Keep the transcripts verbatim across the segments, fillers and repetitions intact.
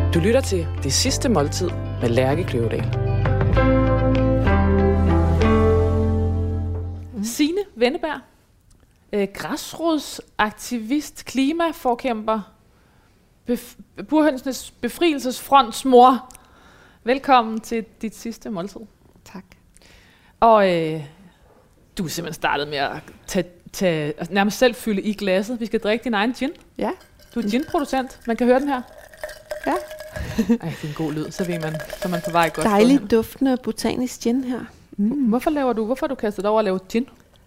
Du lytter til Det Sidste Måltid med Lærke Kløvedal. Signe Wenneberg, øh, græsrodsaktivist, klimaforkæmper, bef- Burhønsenes Befrielsesfronts mor. Velkommen til Dit Sidste Måltid. Tak. Og øh, du er simpelthen startet med at tage, tage, altså nærmest selv fylde i glasset. Vi skal drikke din egen gin. Ja. Du er gin-producent. Man kan høre den her. Ja. Ej, det er en god lyd, så ved man, så er man på vej godt. Dejligt duftende botanisk gin her. Mm. Hvorfor laver du, hvorfor har du kastet over at lave gin?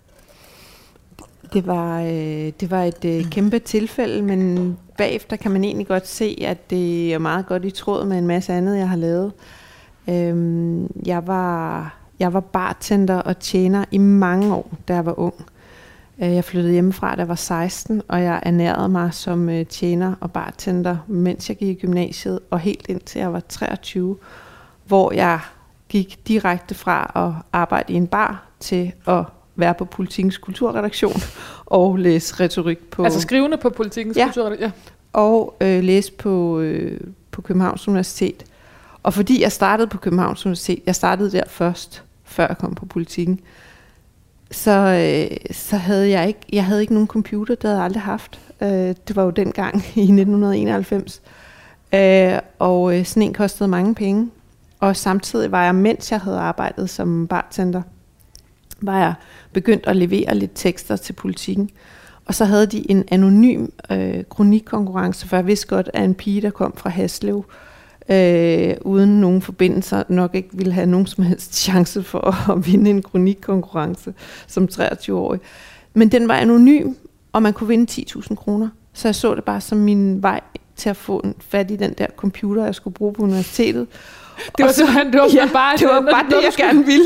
Det var, øh, det var et øh, kæmpe tilfælde, men bagefter kan man egentlig godt se, at det er meget godt i tråd med en masse andet, jeg har lavet. Øhm, jeg, var, jeg var bartender og tjener i mange år, da jeg var ung. Jeg flyttede hjemmefra, da jeg var seksten, og jeg ernærede mig som øh, tjener og bartender, mens jeg gik i gymnasiet, og helt indtil jeg var treogtyve, hvor jeg gik direkte fra at arbejde i en bar til at være på Politikens kulturredaktion og læse retorik på... Altså skrivende på Politikens ja, kulturredaktion? Ja, og øh, læse på, øh, på Københavns Universitet. Og fordi jeg startede på Københavns Universitet, jeg startede der først, før jeg kom på Politiken, så, øh, så havde jeg ikke, jeg havde ikke nogen computer, det havde jeg aldrig haft. Øh, det var jo dengang i nitten enoghalvfems. Øh, og øh, sådan en kostede mange penge. Og samtidig var jeg, mens jeg havde arbejdet som bartender, var jeg begyndt at levere lidt tekster til Politiken. Og så havde de en anonym øh, kronikkonkurrence, for jeg vidste godt, at en pige, der kom fra Haslev, øh, uden nogen forbindelser, nok ikke ville have nogen som helst chance for at vinde en kronikkonkurrence som treogtyve-årig. Men den var anonym, og man kunne vinde ti tusind kroner. Så jeg så det bare som min vej til at få en fat i den der computer, jeg skulle bruge på universitetet. Det var så, simpelthen, det var ja, bare, det var bare det, jeg gerne ville.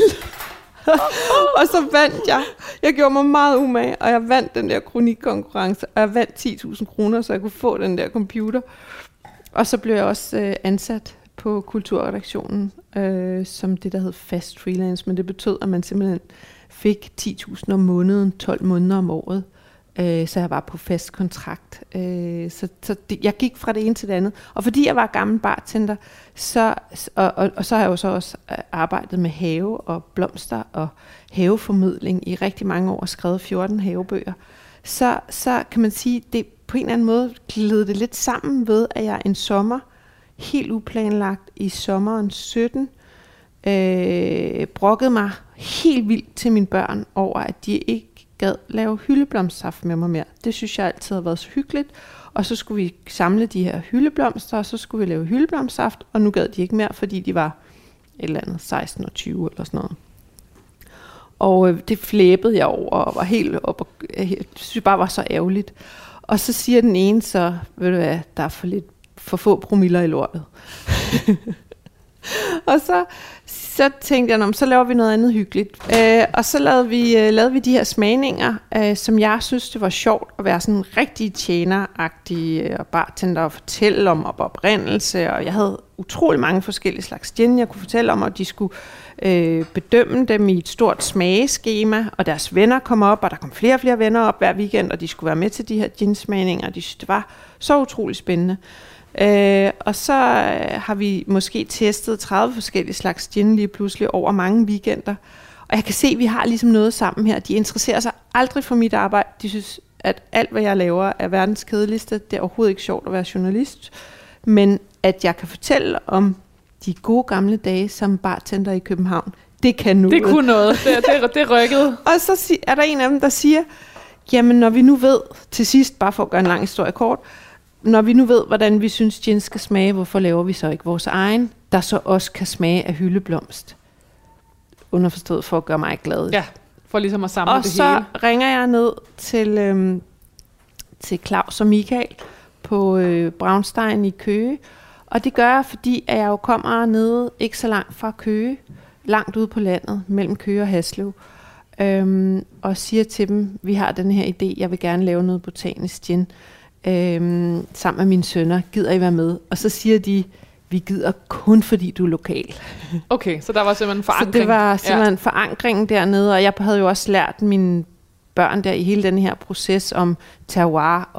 Og så vandt jeg. Jeg gjorde mig meget umage, og jeg vandt den der kronikkonkurrence, og jeg vandt ti tusind kroner, så jeg kunne få den der computer. Og så blev jeg også øh, ansat på kulturredaktionen, øh, som det, der hed fast freelance, men det betød, at man simpelthen fik ti tusind om måneden, tolv måneder om året. Øh, så jeg var på fast kontrakt. Øh, så så det, jeg gik fra det ene til det andet. Og fordi jeg var gammel bartender, så, og, og, og så har jeg jo så også arbejdet med have og blomster og haveformidling i rigtig mange år og skrevet fjorten havebøger. Så, så kan man sige, det på en eller anden måde gled det lidt sammen ved, at jeg en sommer, helt uplanlagt i sommeren sytten, øh, brokkede mig helt vildt til mine børn over, at de ikke gad lave hyldeblomstsaft med mig mere. Det synes jeg altid har været så hyggeligt. Og så skulle vi samle de her hyldeblomster, og så skulle vi lave hyldeblomstsaft, og nu gad de ikke mere, fordi de var et eller andet seksten og tyve eller sådan noget. Og øh, det flæbede jeg over, og var helt op, og jeg synes bare var så ærgerligt. Og så siger den ene så, ved du hvad, der er for lidt for få promiller i lortet. Og så, så tænkte jeg, så laver vi noget andet hyggeligt. Øh, og så lavede vi, øh, lavede vi de her smagninger, øh, som jeg synes, det var sjovt at være sådan en rigtig tjeneragtig øh, bartender og fortælle om op oprindelse. Og jeg havde utrolig mange forskellige slags gin, jeg kunne fortælle om, og de skulle øh, bedømme dem i et stort smageskema, og deres venner kom op, og der kom flere og flere venner op hver weekend, og de skulle være med til de her gin-smagninger, og de synes, det var så utrolig spændende. Øh, og så øh, har vi måske testet tredive forskellige slags gin lige pludselig over mange weekender. Og jeg kan se, at vi har ligesom noget sammen her. De interesserer sig aldrig for mit arbejde. De synes, at alt, hvad jeg laver, er verdens kedeligste. Det er overhovedet ikke sjovt at være journalist. Men at jeg kan fortælle om de gode gamle dage som bartender i København, det kan noget. Det kunne noget. Det, det, det rykkede. Og så er der en af dem, der siger, jamen når vi nu ved, til sidst, bare for at gøre en lang historie kort, når vi nu ved, hvordan vi synes, gin skal smage, hvorfor laver vi så ikke vores egen, der så også kan smage af hyldeblomst? Underforstået for at gøre mig glad. Ja, for ligesom at samle og det hele. Og så ringer jeg ned til, øhm, til Claus og Michael på øh, Braunstein i Køge. Og det gør jeg, fordi at jeg jo kommer nede ikke så langt fra Køge, langt ude på landet, mellem Køge og Haslev. Øhm, og siger til dem, vi har den her idé, jeg vil gerne lave noget botanisk gin. Øhm, sammen med mine sønner, gider I være med? Og så siger de, vi gider kun fordi du er lokal. Okay, så der var simpelthen forankring. Så det var simpelthen ja. forankringen dernede, og jeg havde jo også lært mine børn der i hele den her proces om terroir og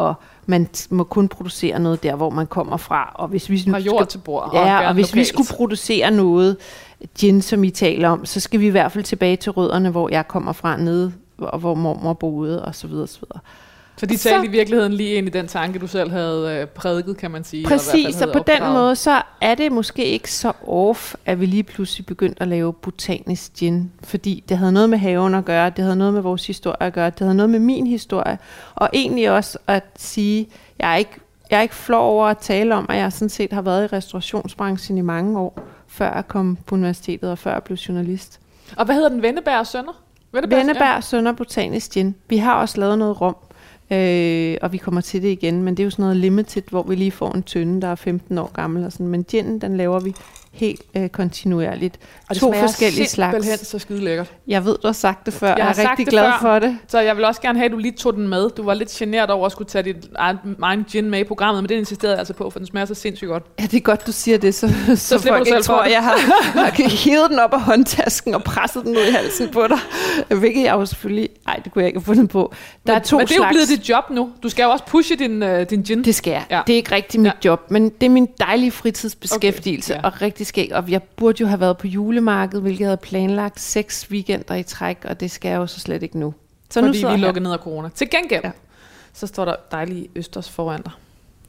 man t- må kun producere noget der, hvor man kommer fra. Og hvis vi Har jord til bord. Ja, og, og hvis lokalt. vi skulle producere noget gin, som I taler om, så skal vi i hvert fald tilbage til rødderne, hvor jeg kommer fra nede, og hvor mormor boede, og så videre, og så videre. For de talte i virkeligheden lige ind i den tanke, du selv havde øh, prædiket, kan man sige. Præcis, så på den måde, så er det måske ikke så off, at vi lige pludselig begyndte at lave botanisk gin. Fordi det havde noget med haven at gøre, det havde noget med vores historie at gøre, det havde noget med min historie. Og egentlig også at sige, jeg er ikke, jeg er ikke flov over at tale om, at jeg sådan set har været i restaurationsbranchen i mange år, før jeg kom på universitetet og før jeg blev journalist. Og hvad hedder den? Venneberg og Sønner? Venneberg og Sønner botanisk gin. Vi har også lavet noget rom. Øh, og vi kommer til det igen, men det er jo sådan noget limited, hvor vi lige får en tønde, der er femten år gammel og sådan. Men ginen, den laver vi helt øh, kontinuerligt. Og det to forskellige slags. simpelthen så skide lækkert. Jeg ved, du har sagt det før, jeg, jeg er rigtig glad før, for det. Så jeg vil også gerne have, at du lige tog den med. Du var lidt genert over at skulle tage dit egen gin med i programmet, men det insisterede jeg altså på, for den smager så sindssygt godt. Ja, det er godt, du siger det, så, så, så folk ikke tror, at jeg har, har hivet den op af håndtasken og presset den ud i halsen på dig. Hvilket jeg jo selvfølgelig... Nej, det kunne jeg ikke have fundet på. Der men, er to men det er jo slags. blevet dit job nu. Du skal jo også pushe din, uh, din gin. Det skal jeg. Ja. Det er ikke rigtig mit ja. job, men det er min dejlige fritidsbeskæftigelse okay, ja. og rigtig skæg. Og jeg burde jo have været på julemarkedet, hvilket jeg havde planlagt seks weekender i træk, og det skal jeg jo så slet ikke nu. Så Fordi nu vi vi lukker ned af corona. Til gengæld, ja. så står der dejlige østers foran dig.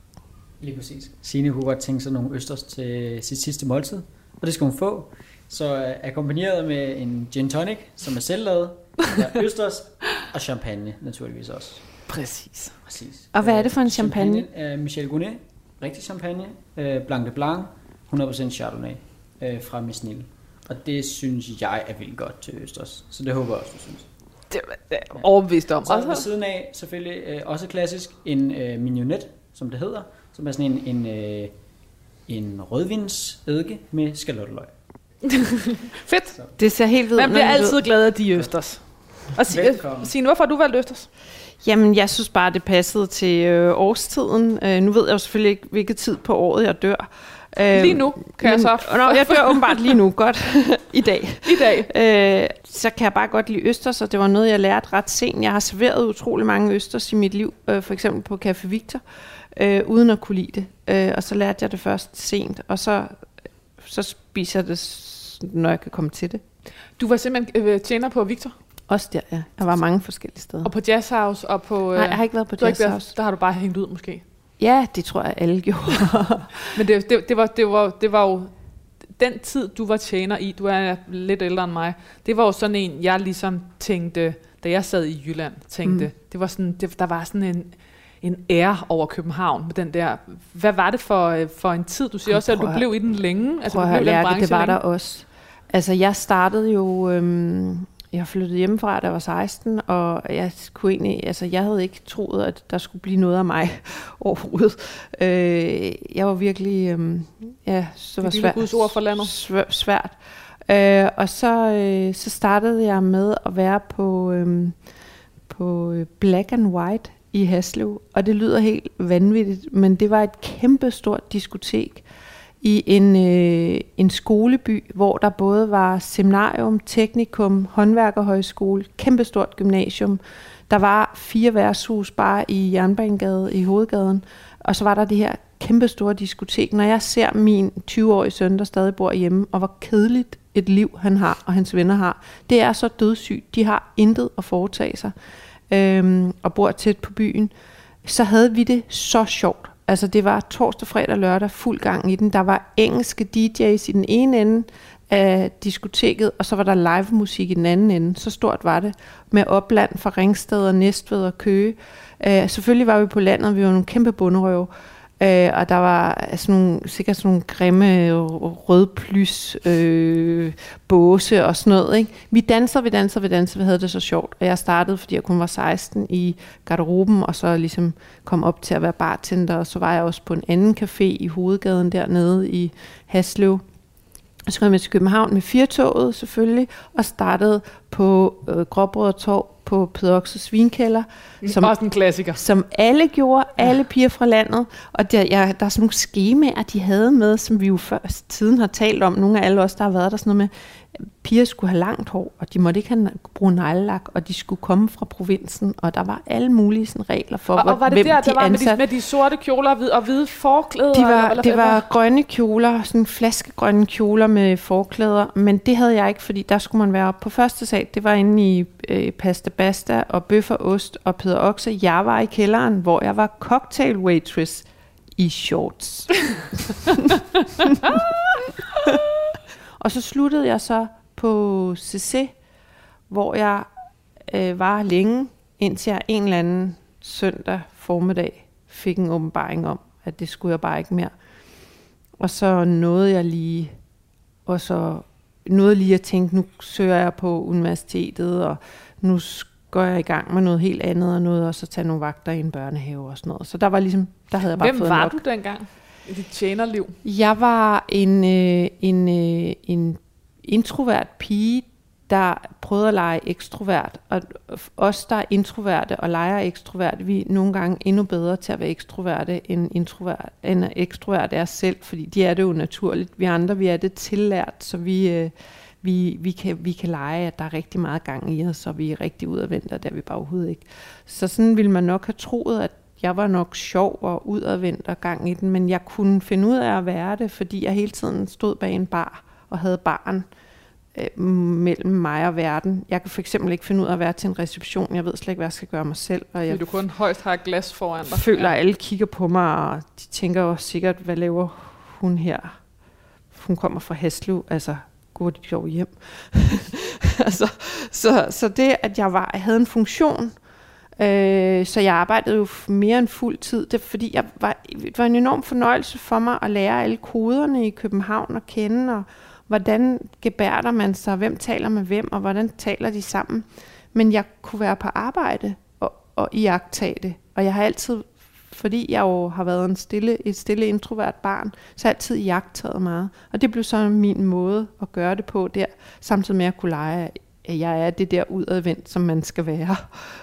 Lige præcis. Signe kunne godt tænke sig nogle østers til sit sidste måltid, og det skal hun få. Så akkompagneret med en gin tonic, som er selvlavet, østers og champagne naturligvis også. Præcis. Præcis. Og hvad er det for en champagne? Champagne er Michel Gournet, rigtig champagne, øh, Blanc de Blanc, hundrede procent Chardonnay øh, fra Mesnil. Og det synes jeg er vildt godt til østers, så det håber jeg også, du synes. Det er jeg overbevist om. Så ved siden af selvfølgelig øh, også klassisk en øh, mignonette, som det hedder, som er sådan en, en, øh, en rødvinsedike med skalotteløg. Fedt. Så. Det ser helt vildt. Man bliver altid glad af de østers. Og Signe, hvorfor har du valgt østers? Jamen, jeg synes bare, det passede til øh, årstiden. Øh, nu ved jeg jo selvfølgelig ikke, hvilken tid på året jeg dør. Øh, lige nu kan men, jeg så... Nå, jeg dør åbenbart lige nu. Godt. I dag. I dag. Øh, så kan jeg bare godt lide østers, og det var noget, jeg lærte ret sent. Jeg har serveret utrolig mange østers i mit liv, øh, for eksempel på Café Victor, øh, uden at kunne lide det. Øh, og så lærte jeg det først sent, og så, så spiser jeg det, når jeg kan komme til det. Du var simpelthen øh, tjener på Victor? Også der, ja. Jeg var mange forskellige steder. Og på Jazz House og på... Øh, Nej, jeg har ikke været på Jazz House. Der har du bare hængt ud, måske? Ja, det tror jeg, alle gjorde. Men det, det, det, var, det, var, det var jo... Den tid, du var tjener i, du er lidt ældre end mig, det var jo sådan en, jeg ligesom tænkte, da jeg sad i Jylland, tænkte, mm. det var sådan, det, der var sådan en... en ære over København med den der. Hvad var det for, for en tid? Du siger også, at du blev i den længe. Altså, du blev i den branche det var længe. Der også. Altså, jeg startede jo... Øhm, jeg flyttede hjemmefra, da jeg var seksten, og jeg kunne egentlig... Altså, jeg havde ikke troet, at der skulle blive noget af mig overhovedet. Øh, jeg var virkelig... Øhm, ja, så var svært. Guds ord for landet. Svært. svært. Øh, og så, øh, så startede jeg med at være på, øhm, på Black and White i Haslev, og det lyder helt vanvittigt, men det var et kæmpestort diskotek i en, øh, en skoleby, hvor der både var seminarium, teknikum, håndværkerhøjskole, kæmpestort gymnasium. Der var fire værtshus bare i Jernbanegade i hovedgaden, og så var der det her kæmpestore diskotek. Når jeg ser min tyve-årige søn, der stadig bor hjemme, og hvor kedeligt et liv han har, og hans venner har, det er så dødssygt. De har intet at foretage sig. Øhm, og bor tæt på byen, så havde vi det så sjovt. Altså det var torsdag, fredag, lørdag, fuld gang i den. Der var engelske D J's i den ene ende af diskoteket, og så var der live musik i den anden ende. Så stort var det, med opland fra Ringsted og Næstved og Køge. Øh, selvfølgelig var vi på landet, vi var nogle kæmpe bunderøve. Øh, og der var sådan nogle, sikkert sådan nogle grimme rødplys øh, båse og sådan noget. Ikke? Vi danser, vi danser, vi danser, vi havde det så sjovt. Og jeg startede, fordi jeg kun var seksten, i garderoben, og så ligesom kom op til at være bartender. Og så var jeg også på en anden café i hovedgaden dernede i Haslev. Så kom jeg til København med firtoget selvfølgelig, og startede på øh, Gråbrød Torv på Peder Oxes vinkælder. Som, også en klassiker. Som alle gjorde, alle piger fra landet. Og der, ja, der er sådan nogle skemaer, de havde med, som vi jo først tiden har talt om. Nogle af alle os, der har været der, sådan noget piger skulle have langt hår, og de måtte ikke have bruge neglelak, og de skulle komme fra provinsen, og der var alle mulige sådan, regler for, og, og var det hvem der, de der var ansatte. med de, med de sorte kjoler og hvide, og hvide forklæder? De var, eller, det var grønne kjoler, sådan flaskegrønne kjoler med forklæder, men det havde jeg ikke, fordi der skulle man være oppe på første sal. Det var inde i øh, Pasta Basta og Bøf og Ost og Peder Okse. Jeg var i kælderen, hvor jeg var cocktail waitress i shorts. Og så sluttede jeg så på C C, hvor jeg øh, var længe, indtil jeg en eller anden søndag formiddag fik en åbenbaring om, at det skulle jeg bare ikke mere. Og så nåede jeg lige, og så nåede lige at tænke, nu søger jeg på universitetet, og nu går jeg i gang med noget helt andet, og noget også at tage nogle vagter i en børnehave og sådan noget. Så der var ligesom, der havde jeg bare Hvem fået var nok. du dengang i dit tjenerliv? Jeg var en, øh, en, øh, en introvert pige, der prøvede at lege ekstrovert. Og os, der er introverte og leger ekstrovert, vi er nogle gange endnu bedre til at være ekstroverte end, introvert, end ekstrovert er selv, fordi de er det jo naturligt. Vi andre, vi er det tillært, så vi, øh, vi, vi, kan, vi kan lege, at der er rigtig meget gang i os, og vi er rigtig udadvendte, og det er vi bare overhovedet ikke. Så sådan ville man nok have troet, at jeg var nok sjov og udadvendt og gang i den, men jeg kunne finde ud af at være det, fordi jeg hele tiden stod bag en bar og havde baren øh, mellem mig og verden. Jeg kan for eksempel ikke finde ud af at være til en reception. Jeg ved slet ikke, hvad jeg skal gøre mig selv. Og jeg Fordi du kun højst har et glas foran dig. føler, at alle kigger på mig, og de tænker jo sikkert, hvad laver hun her? Hun kommer fra Haslev, altså går de jo hjem. altså, så, så det, at jeg, var, jeg havde en funktion, Øh, så jeg arbejdede jo mere end fuld tid, det, fordi jeg var, det var en enorm fornøjelse for mig at lære alle koderne i København at kende, og hvordan gebærder man sig, hvem taler med hvem, og hvordan taler de sammen. Men jeg kunne være på arbejde og, og iagttage det, og jeg har altid, fordi jeg jo har været en stille, et stille introvert barn, så har jeg altid iagttaget meget, og det blev så min måde at gøre det på der, samtidig med at kunne lege, jeg er det der udadvendt, som man skal være.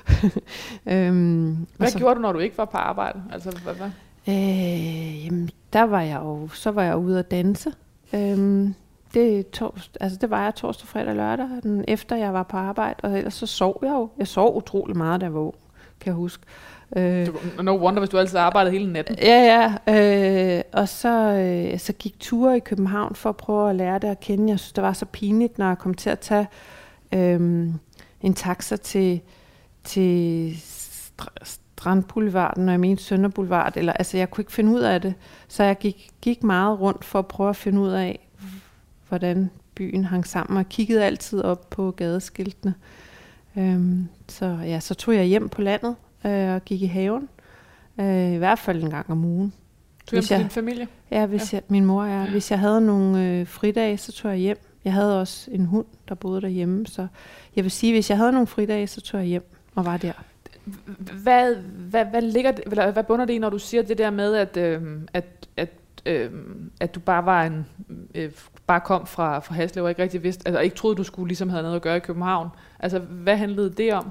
øhm, Hvad så, gjorde du, når du ikke var på arbejde? Altså, hvad, hvad? Øh, jamen, der var jeg jo, så var jeg ude at danse. Øhm, det, tors, altså, det var jeg torsdag, fredag og lørdag, den, efter jeg var på arbejde, og ellers så sov jeg jo. Jeg sov utrolig meget, da jeg var ung, kan jeg huske. Øh, no wonder, hvis du altid arbejdede hele natten. Ja, ja. Øh, og så, øh, så gik ture i København for at prøve at lære det at kende. Jeg synes, det var så pinligt, når jeg kom til at tage Øhm, en taxa til, til Str- Strandboulevarden, når jeg mente Sønderboulevard, eller, altså jeg kunne ikke finde ud af det, så jeg gik, gik meget rundt for at prøve at finde ud af, hvordan byen hang sammen, og kiggede altid op på gadeskiltene. Øhm, så ja, så tog jeg hjem på landet øh, og gik i haven, øh, i hvert fald en gang om ugen. Tog hjem til din familie? Ja, hvis Ja. Jeg, min mor er. Hvis jeg havde nogle øh, fridage, så tog jeg hjem. Jeg havde også en hund, der boede derhjemme, så jeg vil sige, hvis jeg havde nogle fridage, så tog jeg hjem og var der. Hvad, hvad, hvad, ligger det, eller hvad bunder det i, når du siger det der med, at, øh, at, at, øh, at du bare var en, øh, bare kom fra, fra Haslev og ikke rigtig vidste, altså ikke troede, du skulle ligesom have noget at gøre i København. Altså, hvad handlede det om?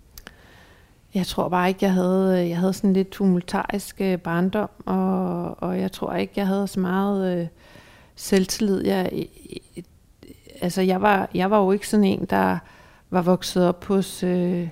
Jeg tror bare ikke, jeg havde, jeg havde sådan lidt tumultarisk øh, barndom, og, og jeg tror ikke, jeg havde så meget øh, selvtillid. Jeg, øh, altså, jeg var, jeg var jo ikke sådan en, der var vokset op hos øh,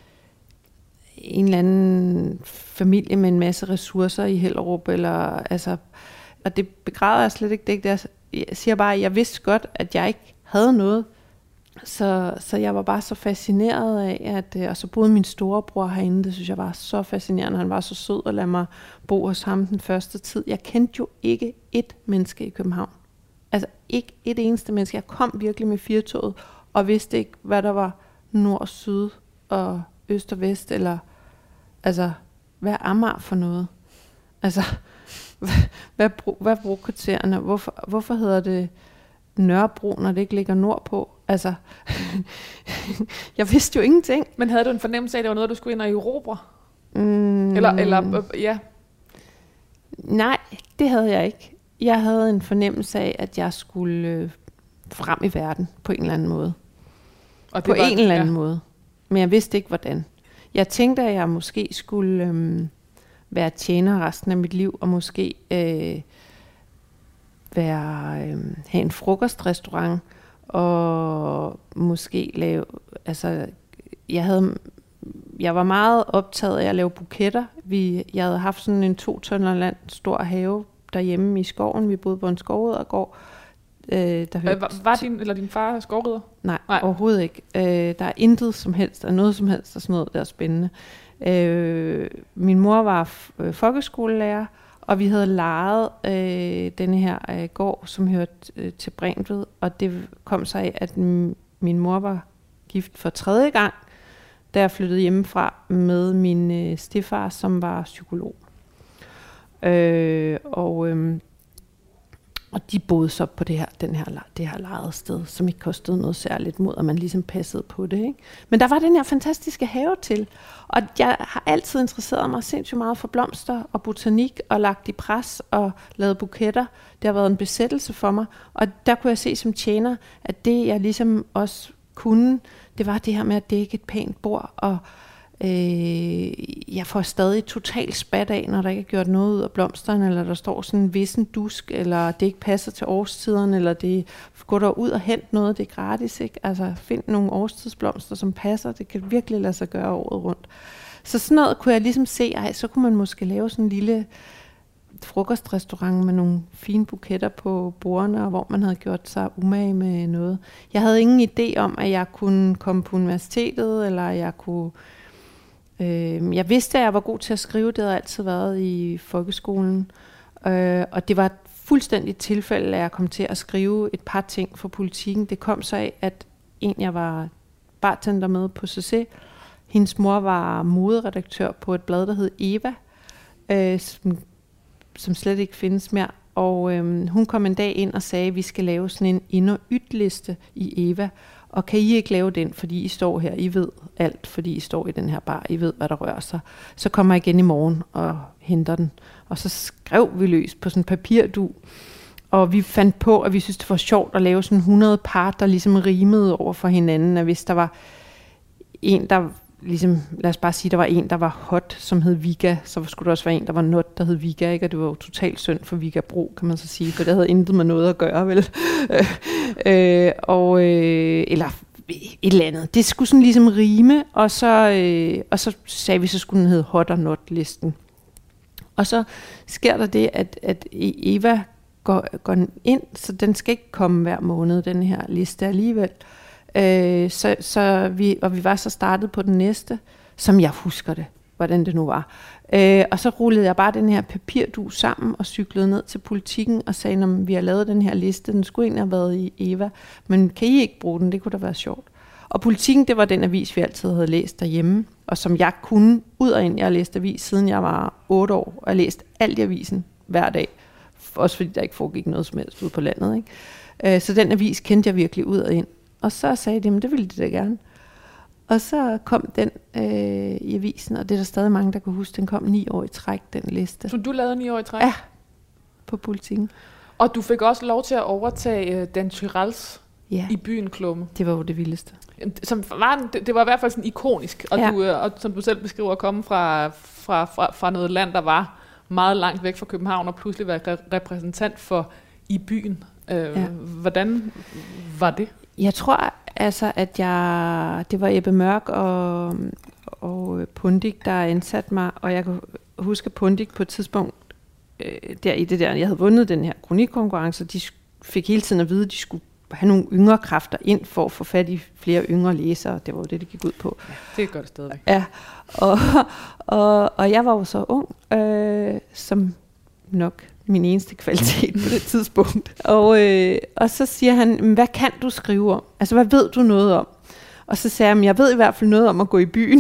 en eller anden familie med en masse ressourcer i Hellerup, eller altså, og det begræder jeg slet ikke. Det, ikke det. Jeg siger bare, at jeg vidste godt, at jeg ikke havde noget. Så, så jeg var bare så fascineret af, at, og så boede min storebror herinde, det synes jeg var så fascinerende. Han var så sød at lade mig bo hos ham den første tid. Jeg kendte jo ikke et menneske i København. Altså ikke et eneste menneske. Jeg kom virkelig med firtoget, og vidste ikke, hvad der var nord og syd, og øst og vest, eller altså, hvad er Amager for noget? Altså, hvad, hvad, hvad er brokvartererne? Hvorfor, hvorfor hedder det Nørrebro, når det ikke ligger nordpå? Altså, jeg vidste jo ingenting. Men havde du en fornemmelse af, at det var noget, du skulle ind og erobre? Mm, Eller, eller øh, ja. Nej, det havde jeg ikke. Jeg havde en fornemmelse af, at jeg skulle øh, frem i verden på en eller anden måde. Og det på var, en eller anden ja. måde. Men jeg vidste ikke, hvordan. Jeg tænkte, at jeg måske skulle øh, være tjener resten af mit liv, og måske øh, være, øh, have en frokostrestaurant, og måske lave, altså jeg havde, jeg var meget optaget af at lave buketter. Vi, jeg havde haft sådan en to tønder land stor have derhjemme i skoven. Vi boede på en skovridergård. Øh, der øh, var, var din, eller din far skovrider? Nej, Nej, overhovedet ikke. Øh, der er intet som helst, der er noget som helst, der er sådan noget, der er spændende. Øh, min mor var f- folkeskolelærer, og vi havde lejet øh, denne her øh, gård, som hørte øh, til Bremtved, og det kom sig af, at m- min mor var gift for tredje gang, da jeg flyttede hjemmefra med min øh, stefar, som var psykolog. Øh, og, øh, og de boede så på det her, den her, det her lejede sted, som ikke kostede noget særligt mod, at man ligesom passede på det. Ikke? Men der var den her fantastiske have til, og jeg har altid interesseret mig sindssygt meget for blomster og botanik, og lagt i pres og lavet buketter. Det har været en besættelse for mig, og der kunne jeg se som tjener, at det jeg ligesom også kunne, det var det her med at dække et pænt bord, og øh, jeg får stadig totalt spat af, når der ikke er gjort noget ud af blomsterne, eller der står sådan en vissen dusk, eller det ikke passer til årstiderne, eller det går der ud og hent noget, det er gratis, ikke? Altså find nogle årstidsblomster, som passer, det kan virkelig lade sig gøre året rundt. Så sådan noget kunne jeg ligesom se, ej, så kunne man måske lave sådan en lille frokostrestaurant med nogle fine buketter på bordene, og hvor man havde gjort sig umage med noget. Jeg havde ingen idé om, at jeg kunne komme på universitetet, eller jeg kunne... Øh, jeg vidste, at jeg var god til at skrive, det havde altid været i folkeskolen, øh, og det var et fuldstændigt tilfælde, at jeg kom til at skrive et par ting for Politikken. Det kom så af, at en, jeg var bartender med på C C, hendes mor var moderedaktør på et blad, der hed Eva, øh, som som slet ikke findes mere. Og øhm, hun kom en dag ind og sagde, at vi skal lave sådan en ind- og yt-liste i Eva. Og kan I ikke lave den, fordi I står her, I ved alt, fordi I står i den her bar, I ved, hvad der rører sig. Så kommer jeg igen i morgen og henter den. Og så skrev vi løs på sådan en papirdug. Og vi fandt på, at vi synes, det var sjovt at lave sådan hundrede par, der ligesom rimede over for hinanden. At hvis der var en, der... Ligesom, lad os bare sige, der var en, der var hot, som hed Vigga, så skulle der også være en, der var not, der hed Vigga, ikke? Og det var jo totalt synd for Vigga Bro, kan man så sige, for det havde intet med noget at gøre, vel? øh, og, øh, eller et eller andet. Det skulle sådan ligesom rime, og så, øh, og så sagde vi, så skulle den hedde hot og not-listen. Og så sker der det, at, at Eva går, går ind, så den skal ikke komme hver måned, den her liste alligevel. Øh, så, så vi, og vi var så startet på den næste, som jeg husker det, hvordan det nu var. Øh, og så rullede jeg bare den her papirdug sammen og cyklede ned til Politikken og sagde, at vi har lavet den her liste, den skulle egentlig have været i Eva, men kan I ikke bruge den, det kunne da være sjovt. Og Politikken, det var den avis, vi altid havde læst derhjemme, og som jeg kunne ud og ind. Jeg har læst avis, siden jeg var otte år, og jeg har læst alt i avisen hver dag, også fordi der ikke foregik noget som helst ude på landet. Ikke? Øh, så den avis kendte jeg virkelig ud og ind. Og så sagde de, det ville de da gerne. Og så kom den øh, i avisen, og det er der stadig mange, der kan huske, den kom ni år i træk, den liste. Så du lavede ni år i træk? Ja, på Politikken. Og du fik også lov til at overtage øh, Dan Tyrells ja. i byen Klumme. Det var jo det vildeste. Som var, det, det var i hvert fald sådan ikonisk, og, ja. du, øh, og som du selv beskriver, at komme fra, fra, fra, fra noget land, der var meget langt væk fra København, og pludselig være re- repræsentant for i byen. Øh, ja. Hvordan var det? Jeg tror altså, at jeg, det var Ebbe Mørk og, og Pundik, der ansatte mig, og jeg kan huske Pundik på et tidspunkt, øh, der i det der, jeg havde vundet den her kronikkonkurrence, de fik hele tiden at vide, at de skulle have nogle yngre kræfter ind for at få fat i flere yngre læsere. Det var jo det, det gik ud på. Ja, det gør det stadigvæk. Ja, og, og, og jeg var jo så ung, øh, som nok min eneste kvalitet på det tidspunkt. Og, øh, og så siger han, hvad kan du skrive om? Altså, hvad ved du noget om? Og så sagde jeg, jeg ved i hvert fald noget om at gå i byen.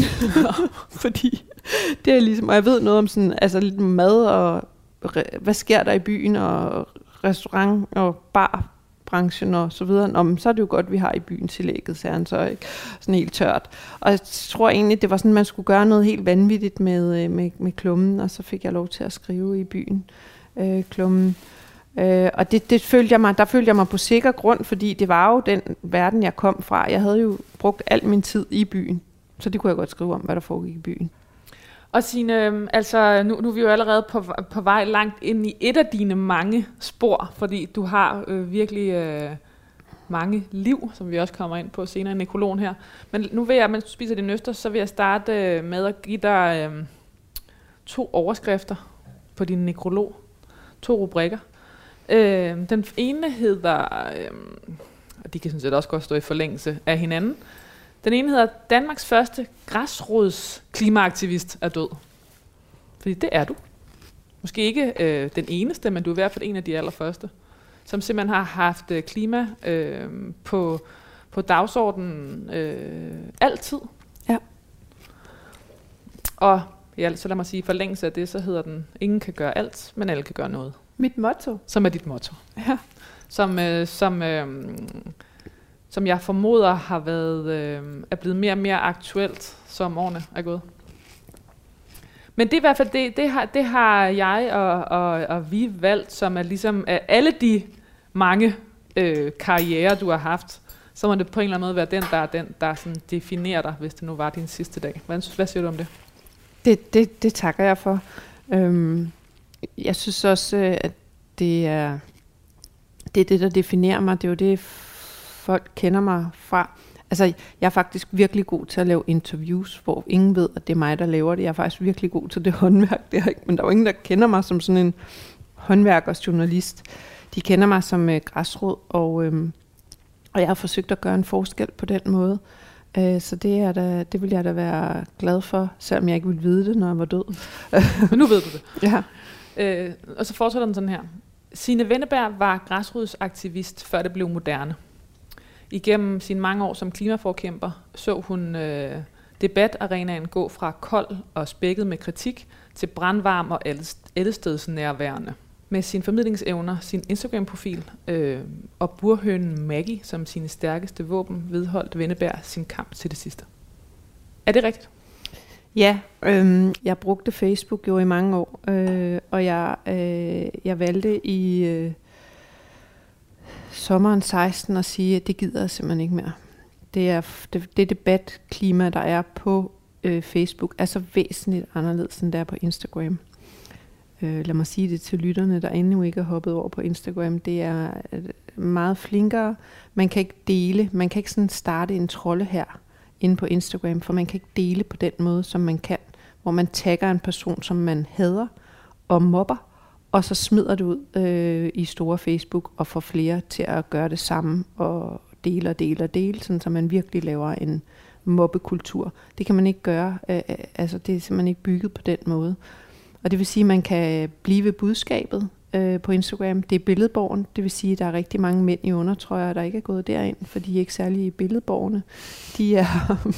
Fordi det er ligesom, og jeg ved noget om sådan, altså lidt mad og hvad sker der i byen, og restaurant og barbranchen og så videre. Nå, men så er det jo godt, vi har i byen tillægget, sagde han så, ikke? Sådan helt tørt. Og jeg tror egentlig, det var sådan, man skulle gøre noget helt vanvittigt med, med, med Klummen, og så fik jeg lov til at skrive i byen. Øh, Klummen. Øh, og det, det følte jeg mig, der følte jeg mig på sikker grund, fordi det var jo den verden, jeg kom fra. Jeg havde jo brugt al min tid i byen, så det kunne jeg godt skrive om, hvad der foregik i byen. Og Signe, altså nu, nu er vi jo allerede på, på vej langt ind i et af dine mange spor, fordi du har øh, virkelig øh, mange liv, som vi også kommer ind på senere i nekrologen her. Men nu vil jeg, mens du spiser din østers, så vil jeg starte med at give dig øh, to overskrifter på din nekrolog. To rubrikker. Øh, den ene hedder, øh, og de kan sådan set også godt stå i forlængelse af hinanden. Den ene hedder, Danmarks første græsrods klimaaktivist er død. Fordi det er du. Måske ikke øh, den eneste, men du er i hvert fald en af de allerførste, som simpelthen har haft øh, klima øh, på, på dagsordenen øh, altid. Ja. Og ja, så lad mig sige, for forlængelse af det, så hedder den, ingen kan gøre alt, men alle kan gøre noget. Mit motto. Som er dit motto. Ja. Som, øh, som, øh, som jeg formoder har været, øh, er blevet mere og mere aktuelt, som årene er gået. Men det er i hvert fald, det, det, har, det har jeg og, og, og vi valgt, som er ligesom af alle de mange øh, karrierer, du har haft, så må det på en eller anden måde være den, der er den, der sådan definerer dig, hvis det nu var din sidste dag. Hvad, hvad siger du om det? Det, det, det takker jeg for. Øhm, jeg synes også, at det er, det er det, der definerer mig. Det er jo det, folk kender mig fra. Altså, jeg er faktisk virkelig god til at lave interviews, hvor ingen ved, at det er mig, der laver det. Jeg er faktisk virkelig god til det håndværk der, ikke? Men der er jo ingen, der kender mig som sådan en håndværkersjournalist. De kender mig som øh, græsrod, og, øhm, og jeg har forsøgt at gøre en forskel på den måde. Øh, så det, er da, det vil jeg da være glad for, selvom jeg ikke ville vide det, når jeg var død. Men nu ved du det. Ja. Øh, og så fortsætter den sådan her. Signe Wenneberg var græsrodsaktivist, før det blev moderne. Igennem sine mange år som klimaforkæmper så hun øh, debatarenaen gå fra kold og spækket med kritik til brandvarm og allestedsnærværende. Med sine formidlingsevner, sin Instagram-profil øh, og burhønen Maggie som sine stærkeste våben vedholdt Wenneberg sin kamp til det sidste. Er det rigtigt? Ja, øh, jeg brugte Facebook jo i mange år, øh, og jeg, øh, jeg valgte i øh, sommeren seksten at sige, at det gider jeg simpelthen ikke mere. Det er det, det debatklima, der er på øh, Facebook, er så væsentligt anderledes end der er på Instagram. Øh, lad mig sige det til lytterne, der endnu ikke er hoppet over på Instagram. Det er meget flinkere. Man kan ikke dele, man kan ikke sådan starte en trolde her inde på Instagram, for man kan ikke dele på den måde, som man kan, hvor man tagger en person, som man hader og mobber, og så smider det ud øh, i store Facebook og får flere til at gøre det samme og dele og dele og dele, sådan så man virkelig laver en mobbekultur. Det kan man ikke gøre, øh, altså det er simpelthen ikke bygget på den måde. Og det vil sige, at man kan blive ved budskabet øh, på Instagram. Det er billedborgen, det vil sige, at der er rigtig mange mænd i undertrøjer, der ikke er gået derind, for de er ikke særlig billedborgerne. De er,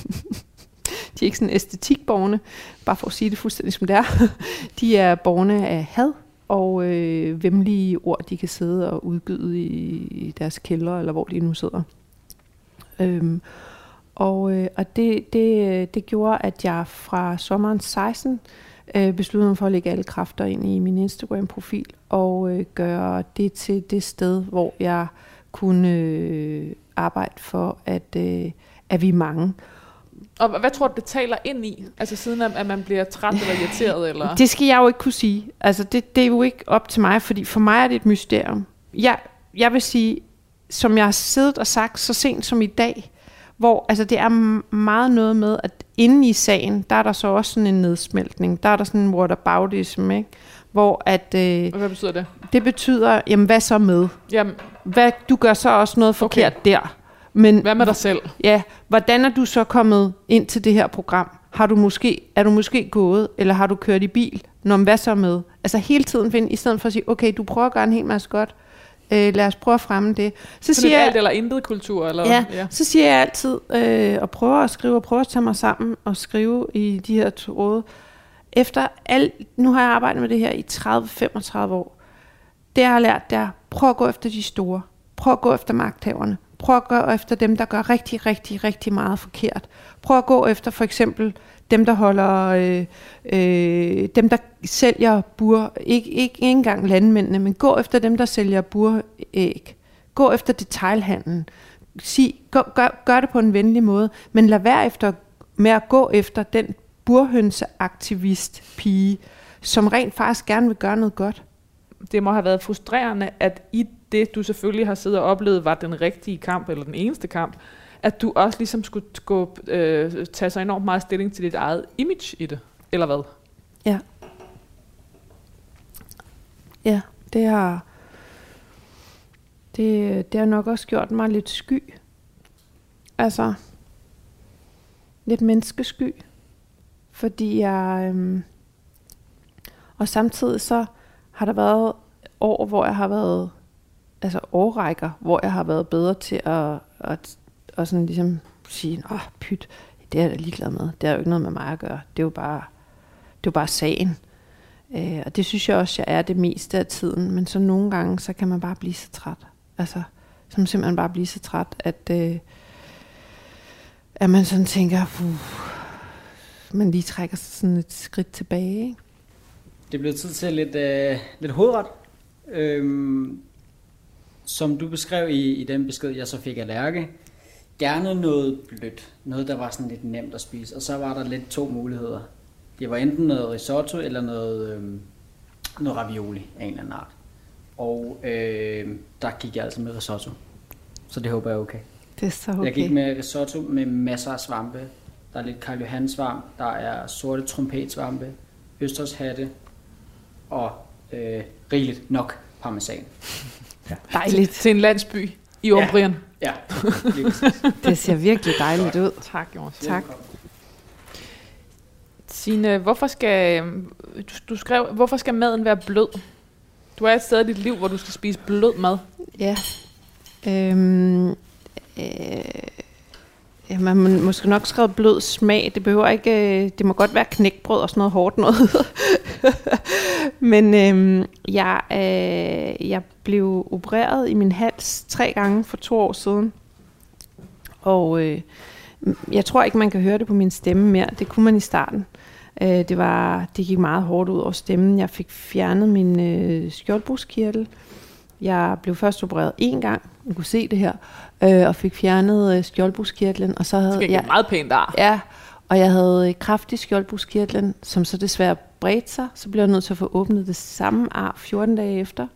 de er ikke sådan æstetikborgerne, bare for at sige det fuldstændig som det er. De er borgerne af had og øh, vemmelige ord, de kan sidde og udgyde i, i deres kælder, eller hvor de nu sidder. Øhm, og øh, og det, det, det gjorde, at jeg fra sommeren seksten øh, besluttede mig for at lægge alle kræfter ind i min Instagram-profil, og øh, gøre det til det sted, hvor jeg kunne øh, arbejde for, at, øh, at vi er mange. Og hvad tror du, det taler ind i? Altså siden at man bliver træt eller irriteret? Eller? Det skal jeg jo ikke kunne sige. Altså det, det er jo ikke op til mig, fordi for mig er det et mysterium. Jeg, jeg vil sige, som jeg har siddet og sagt så sent som i dag, hvor altså det er meget noget med, at inde i sagen, der er der så også sådan en nedsmeltning. Der er der sådan en whataboutism, ikke? Hvor at... Øh, hvad betyder det? Det betyder, jamen hvad så med? Jamen. Hvad, du gør så også noget forkert okay. der. Men, hvad med dig selv? Ja, hvordan er du så kommet ind til det her program? Har du måske, er du måske gået, eller har du kørt i bil? Nå, hvad så med? Altså hele tiden finde, i stedet for at sige, okay, du prøver at gøre en hel masse godt. Øh, lad os prøve at fremme det. Så sådan siger alt jeg, eller intet kultur? Eller? Ja, ja, så siger jeg altid, øh, og prøver at skrive, og prøver at tage mig sammen, og skrive i de her tråde. Efter alt, nu har jeg arbejdet med det her i tredive til femogtredive år. Det jeg har lært, det er, prøv at gå efter de store. Prøv at gå efter magthaverne. Prøv at gå efter dem, der gør rigtig, rigtig, rigtig meget forkert. Prøv at gå efter for eksempel dem, der holder, øh, øh, dem, der sælger bur, ikke, ikke, ikke engang landmændene, men gå efter dem, der sælger buræg. Gå efter detailhandlen. Sig, gør, gør, gør det på en venlig måde, men lad være efter, med at gå efter den burhønseaktivist pige, som rent faktisk gerne vil gøre noget godt. Det må have været frustrerende, at i det, du selvfølgelig har siddet og oplevet, var den rigtige kamp, eller den eneste kamp, at du også ligesom skulle gå, øh, tage sig enormt meget stilling til dit eget image i det, eller hvad? Ja. Ja, det har, det, det har nok også gjort mig lidt sky. Altså, lidt menneskesky. Fordi jeg, øhm, og samtidig så har der været år, hvor jeg har været, altså årrækker, hvor jeg har været bedre til at, at, at sådan ligesom sige, åh, pyt, det er jeg da ligeglad med. Det har jo ikke noget med mig at gøre. Det er jo bare, det er jo bare sagen. Øh, og det synes jeg også, jeg er det meste af tiden. Men så nogle gange, så kan man bare blive så træt. Altså, så man simpelthen bare blive så træt, at, øh, at man sådan tænker, puh, man lige trækker sig sådan et skridt tilbage, ikke? Det blev tid til lidt, øh, lidt hovedret. Øhm, som du beskrev i, i den besked, jeg så fik af Lærke, gerne noget blødt. Noget, der var sådan lidt nemt at spise. Og så var der lidt to muligheder. Det var enten noget risotto eller noget, øhm, noget ravioli af en eller anden art. Og øh, der gik jeg altså med risotto. Så det håber jeg er okay. Det er så okay. Jeg gik med risotto med masser af svampe. Der er lidt Karl Johan svamp, der er sorte trompetsvampe, østershatte og øh, rigeligt nok parmesan. Ja. Dejligt. Til en landsby i Umbrien. Ja, ja. Det ser virkelig dejligt ud. Tak, Jonas. Tak. Signe, hvorfor skal, du, du skrev, hvorfor skal maden være blød? Du er et sted i dit liv, hvor du skal spise blød mad. Ja. Øhm, øh, ja, man må måske nok skrive blød smag. Det behøver ikke. Det må godt være knækbrød og sådan noget hårdt noget. Men øhm, jeg, øh, jeg blev opereret i min hals tre gange for to år siden. Og øh, jeg tror ikke, man kan høre det på min stemme mere. Det kunne man i starten. Øh, det, var, det gik meget hårdt ud over stemmen. Jeg fik fjernet min øh, skjoldbruskkirtel. Jeg blev først opereret én gang. Du kunne se det her. Øh, og fik fjernet øh, skjoldbruskkirtlen. Og så havde det jeg meget pænt ar. Ja, og jeg havde øh, kræft i skjoldbruskkirtlen, som så desværre bredte sig. Så blev jeg nødt til at få åbnet det samme ar fjorten dage efter.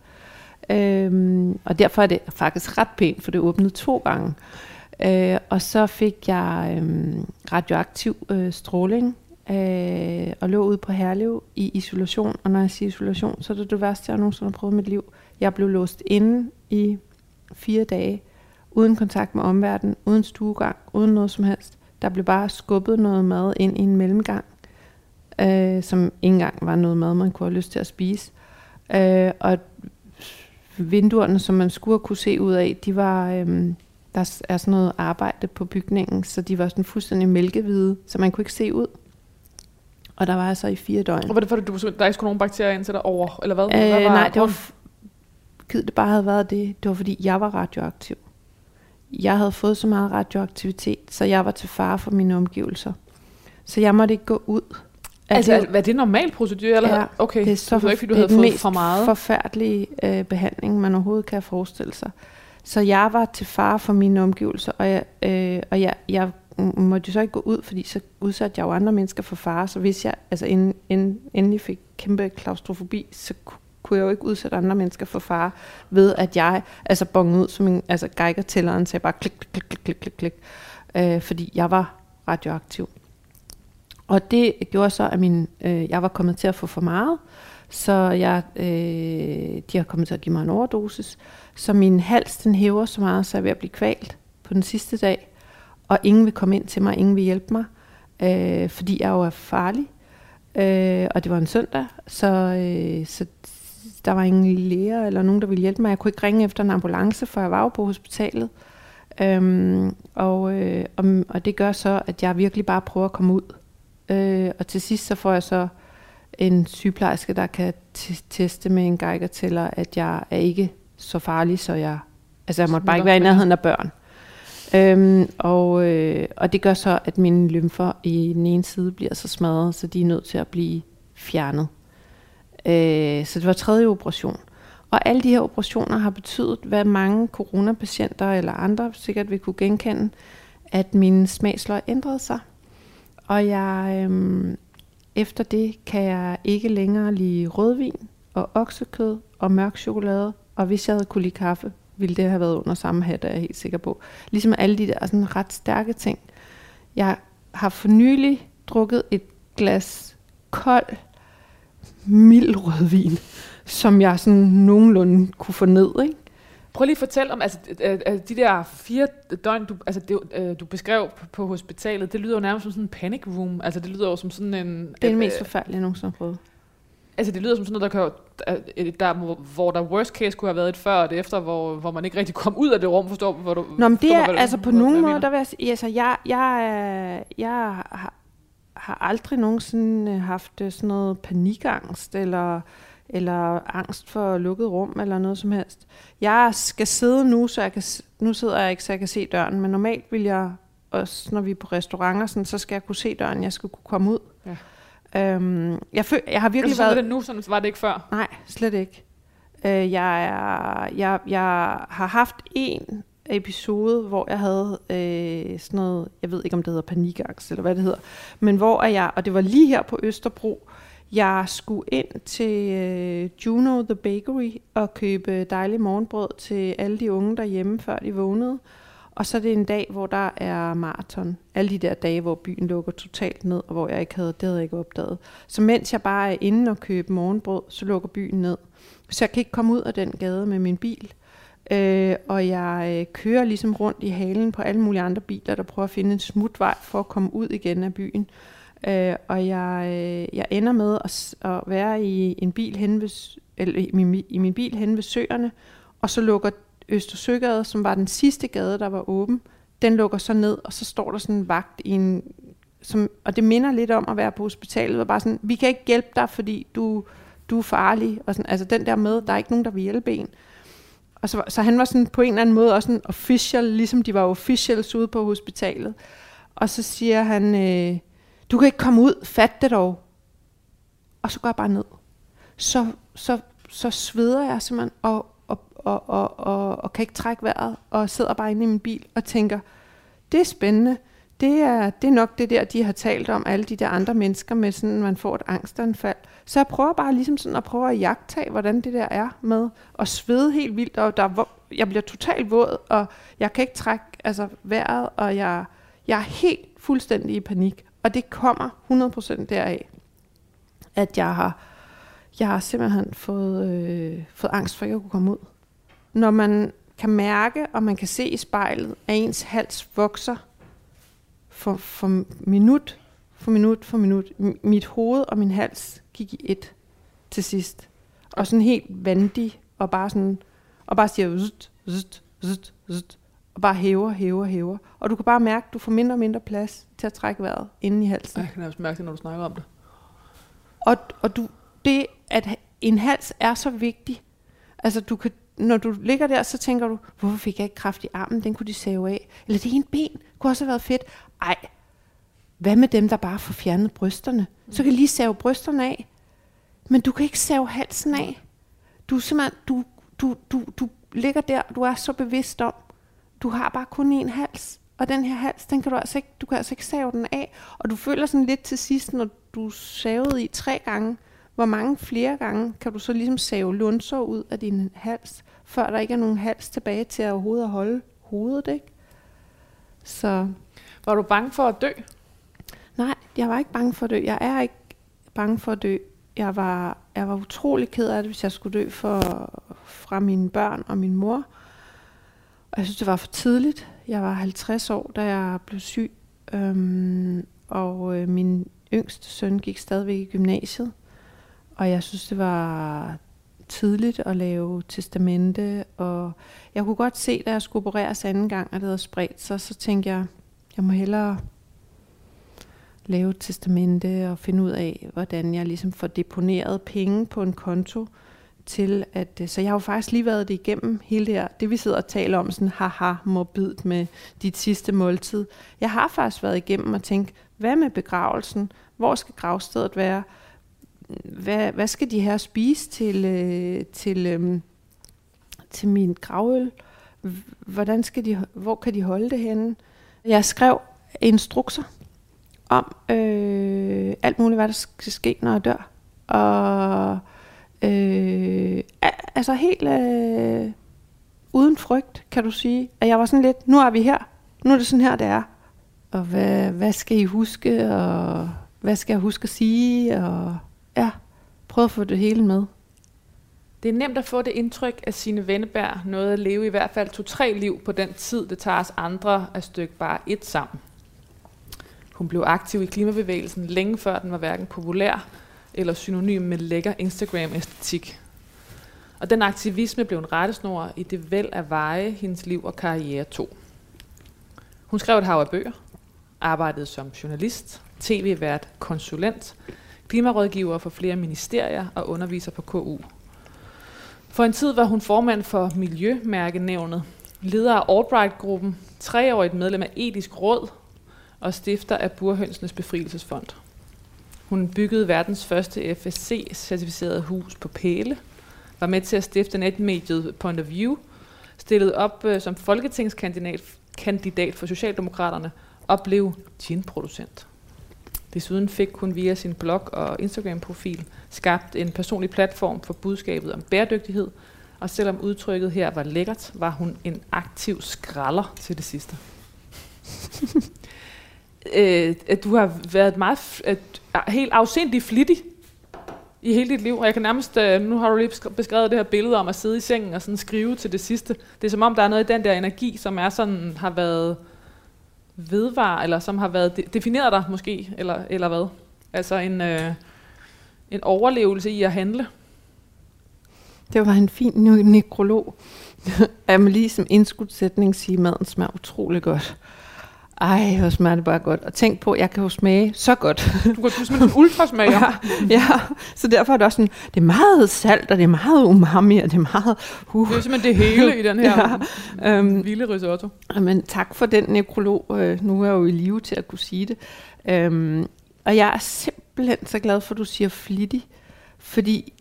Øhm, og derfor er det faktisk ret pænt, for det åbnede to gange. Øh, og så fik jeg øh, radioaktiv øh, stråling øh, og lå ude på Herlev i isolation. Og når jeg siger isolation, så er det det værste, jeg nogensinde har prøvet i mit liv. Jeg blev låst inde i fire dage, uden kontakt med omverdenen, uden stuegang, uden noget som helst. Der blev bare skubbet noget mad ind i en mellemgang, øh, som ikke engang var noget mad, man kunne have lyst til at spise. Øh, og vinduerne, som man skulle kunne se ud af, de var, øhm, der er sådan noget arbejde på bygningen, så de var sådan fuldstændig mælkehvide, så man kunne ikke se ud. Og der var jeg så i fire døgn. Og var det fordi, du, der ikke skulle nogen bakterier ind til dig over, eller hvad? Øh, hvad var nej, det var, gid det bare havde været det. Det var fordi, jeg var radioaktiv. Jeg havde fået så meget radioaktivitet, så jeg var til fare for mine omgivelser. Så jeg måtte ikke gå ud. Altså, er, er det normal procedure? Eller? Ja, okay. det er, så det var ikke, fordi du det havde er fået mest for meget. forfærdelige øh, behandling, man overhovedet kan forestille sig. Så jeg var til fare for mine omgivelser, og jeg, øh, og jeg, jeg måtte jo så ikke gå ud, fordi så udsatte jeg jo andre mennesker for fare. Så hvis jeg altså inden, inden, endelig fik kæmpe klaustrofobi, så kunne jeg jo ikke udsætte andre mennesker for fare, ved at jeg altså bongede ud som en altså geigertælleren, så jeg bare klik, klik, klik, klik, klik, klik, øh, fordi jeg var radioaktiv. Og det gjorde så, at min, øh, jeg var kommet til at få for meget, så jeg, øh, de har kommet til at give mig en overdosis. Så min hals, den hæver så meget, så jeg er ved at blive kvalt på den sidste dag. Og ingen vil komme ind til mig, ingen vil hjælpe mig, øh, fordi jeg jo er farlig. Øh, og det var en søndag, så, øh, så der var ingen læger eller nogen, der ville hjælpe mig. Jeg kunne ikke ringe efter en ambulance, for jeg var jo på hospitalet. Øh, og, øh, og, og det gør så, at jeg virkelig bare prøver at komme ud. Øh, og til sidst så får jeg så en sygeplejerske, der kan t- teste med en geigertæller, at jeg er ikke så farlig, så jeg, altså jeg måtte bare ikke være i nærheden af børn. Øhm, og, øh, og det gør så, at mine lymfer i den ene side bliver så smadret, så de er nødt til at blive fjernet. Øh, så det var tredje operation. Og alle de her operationer har betydet, hvad mange coronapatienter eller andre sikkert vil kunne genkende, at min smagsløg ændrede sig. Og jeg, øhm, efter det kan jeg ikke længere lide rødvin og oksekød og mørk chokolade Og hvis jeg havde kunne lide kaffe, ville det have været under samme hat, er jeg helt sikker på. Ligesom alle de der sådan ret stærke ting. Jeg har for nylig drukket et glas kold, mild rødvin, som jeg sådan nogenlunde kunne få ned, ikke? Prøv lige at fortælle om, altså de der fire døgn, du, altså, det, du beskrev på hospitalet, det lyder jo nærmest som sådan en panic room, altså det lyder jo som sådan en... Det er det mest forfærdelige, jeg nogensinde har prøvet. Altså det lyder som sådan noget, der kan, der, hvor der worst case kunne have været et før og et efter, hvor, hvor man ikke rigtig kom ud af det rum, forstår hvor du? Nå, men det er, hvad, altså på nogen måde, der vil jeg sige, altså jeg, jeg, jeg har, har aldrig nogensinde haft sådan noget panikangst, eller, eller angst for lukket rum, eller noget som helst. Jeg skal sidde nu, så jeg kan, nu sidder jeg ikke, så jeg kan se døren, men normalt vil jeg, også når vi er på restauranter, sådan, så skal jeg kunne se døren, jeg skal kunne komme ud. Ja. Øhm, jeg, føl, jeg har virkelig været... det nu, sådan var det ikke før? Nej, slet ikke. Øh, jeg, er, jeg, jeg har haft en episode, hvor jeg havde øh, sådan noget, jeg ved ikke om det hedder panikangst, eller hvad det hedder, men hvor jeg, og det var lige her på Østerbro, jeg skulle ind til øh, Juno The Bakery og købe dejlig morgenbrød til alle de unge derhjemme, før de vågnede. Og så er det en dag, hvor der er maraton. Alle de der dage, hvor byen lukker totalt ned, og hvor jeg ikke havde, det havde jeg ikke opdaget. Så mens jeg bare er inde og køber morgenbrød, så lukker byen ned. Så jeg kan ikke komme ud af den gade med min bil. Øh, og jeg øh, kører ligesom rundt i halen på alle mulige andre biler, der prøver at finde en smutvej for at komme ud igen af byen. Øh, og jeg, øh, jeg ender med at, at være i en bil hen ved, eller i min, i min bil hen ved Søerne, og så lukker Østersøgade, som var den sidste gade, der var åben, den lukker så ned, og så står der sådan en vagt i en, som, og det minder lidt om at være på hospitalet, og bare sådan, vi kan ikke hjælpe dig, fordi du, du er farlig, og sådan, altså den der med, der er ikke nogen, der vil hjælpe en. Og så, så han var sådan på en eller anden måde også en official, ligesom de var officials ude på hospitalet. Og så siger han, øh, du kan ikke komme ud, fat det dog. Og så går jeg bare ned. Så, så, så sveder jeg simpelthen, og Og, og, og, og, og kan ikke trække vejret, og sidder bare inde i min bil og tænker, det er spændende, det er, det er nok det der, de har talt om, alle de der andre mennesker, med sådan, man får et angstanfald. Så jeg prøver bare ligesom sådan at prøve at jagttage, hvordan det der er med at svede helt vildt, og der, jeg bliver totalt våd, og jeg kan ikke trække altså, vejret, og jeg, jeg er helt fuldstændig i panik. Og det kommer hundrede procent deraf, at jeg har Jeg har simpelthen fået, øh, fået angst for, at jeg kunne komme ud. Når man kan mærke, og man kan se i spejlet, at ens hals vokser for, for minut, for minut, for minut. M- mit hoved og min hals gik i et til sidst. Og sådan helt vandig, og bare sådan, og bare siger, zzzt, zzzt, zzzt, zzzt, og bare hæver, hæver, hæver. Og du kan bare mærke, at du får mindre og mindre plads til at trække vejret inde i halsen. Jeg kan også mærke det, når du snakker om det. Og, og du, det, at en hals er så vigtig. Altså, du kan, når du ligger der, så tænker du, hvorfor fik jeg ikke kraft i armen? Den kunne de save af. Eller det ene ben kunne også have været fedt. Ej, hvad med dem, der bare får fjernet brysterne? Så kan de lige save brysterne af. Men du kan ikke save halsen af. Du er simpelthen, du, du, du, du ligger der, du er så bevidst om, du har bare kun en hals. Og den her hals, den kan du altså ikke, du kan altså ikke save den af. Og du føler sådan lidt til sidst, når du savede i tre gange, hvor mange flere gange kan du så ligesom save lunser ud af din hals, før der ikke er nogen hals tilbage til at overhovedet at holde hovedet, ikke? Så. Var du bange for at dø? Nej, jeg var ikke bange for at dø. Jeg er ikke bange for at dø. Jeg var, jeg var utrolig ked af det, hvis jeg skulle dø for, fra mine børn og min mor. Og jeg synes, det var for tidligt. Jeg var halvtreds år, da jeg blev syg. Øhm, og øh, min yngste søn gik stadigvæk i gymnasiet. Og jeg synes, det var tidligt at lave testamente. Og jeg kunne godt se, da jeg skulle opereres anden gang, at det havde spredt sig, så tænkte jeg, jeg må hellere lave et testamente og finde ud af, hvordan jeg ligesom får deponeret penge på en konto til at, så jeg har jo faktisk lige været det igennem hele det her, det vi sidder og taler om, sådan haha morbidt med dit sidste måltid. Jeg har faktisk været igennem og tænkt, hvad med begravelsen? Hvor skal gravstedet være? Hvad, hvad skal de her spise til, øh, til, øh, til min gravøl? Hvordan skal de, hvor kan de holde det henne? Jeg skrev instrukser om øh, alt muligt, hvad der skal ske, når jeg dør. Og Øh, altså helt øh, uden frygt, kan du sige. At jeg var sådan lidt, nu er vi her. Nu er det sådan her, det er. Og hvad, hvad skal I huske? Og hvad skal jeg huske at sige? Og ja, prøv at få det hele med. Det er nemt at få det indtryk, at Signe Wenneberg nåede at leve i hvert fald to-tre liv på den tid, det tager os andre at stykke bare et sammen. Hun blev aktiv i klimabevægelsen længe før den var hverken populær eller synonym med lækker Instagram-æstetik. Og den aktivisme blev en rettesnor i det væld af veje, hendes liv og karriere tog. Hun skrev et hav af bøger, arbejdede som journalist, tv-vært, konsulent, klimarådgiver for flere ministerier og underviser på K U. For en tid var hun formand for Miljømærkenævnet, leder af Albright-gruppen, treårigt medlem af Etisk Råd og stifter af Burhønsenes Befrielsesfond. Hun byggede verdens første F S C-certificerede hus på Pæle, var med til at stifte netmediet Point of View, stillede op øh, som folketingskandidat kandidat for Socialdemokraterne og blev ginproducent. Desuden fik hun via sin blog og Instagram-profil skabt en personlig platform for budskabet om bæredygtighed, og selvom udtrykket her var lækkert, var hun en aktiv skralder til det sidste. øh, at du har været meget at, helt afsindig flittig i hele dit liv, og jeg kan nærmest, øh, nu har du lige beskrevet det her billede om at sidde i sengen og sådan skrive til det sidste. Det er som om, der er noget i den der energi, som er sådan, har været vedvar, eller som har været de- defineret dig måske, eller, eller hvad? Altså en, øh, en overlevelse i at handle. Det var en fin nekrolog. Jeg må lige som indskudsætning sige, at maden smager utrolig godt. Ej, hvor smager det bare godt. Og tænk på, at jeg kan jo smage så godt. Du kan smage en ultrasmager. Ja, ja, så derfor er det også sådan, det er meget salt, og det er meget umami, og det er meget... Uh. Det er simpelthen det hele i den her ja, um, vilde risotto. Men tak for den nekrolog. Uh, nu er jeg jo i live til at kunne sige det. Um, og jeg er simpelthen så glad for, at du siger flittig, fordi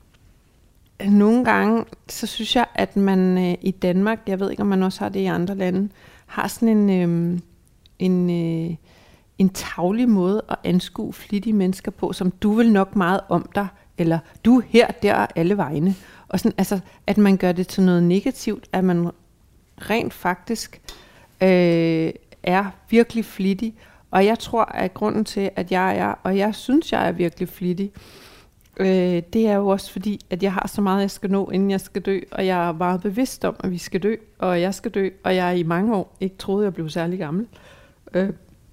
nogle gange, så synes jeg, at man uh, i Danmark, jeg ved ikke, om man også har det i andre lande, har sådan en... Um, en, øh, en tavlig måde at anskue flittige mennesker på, som du vil nok meget om dig, eller du her, der, alle vegne. Og sådan, altså, at man gør det til noget negativt, at man rent faktisk øh, er virkelig flittig. Og jeg tror, at grunden til, at jeg er, og jeg synes, jeg er virkelig flittig, øh, det er jo også fordi, at jeg har så meget, jeg skal nå, inden jeg skal dø, og jeg er meget bevidst om, at vi skal dø, og jeg skal dø, og jeg i mange år ikke troede, jeg blev særlig gammel. Øh,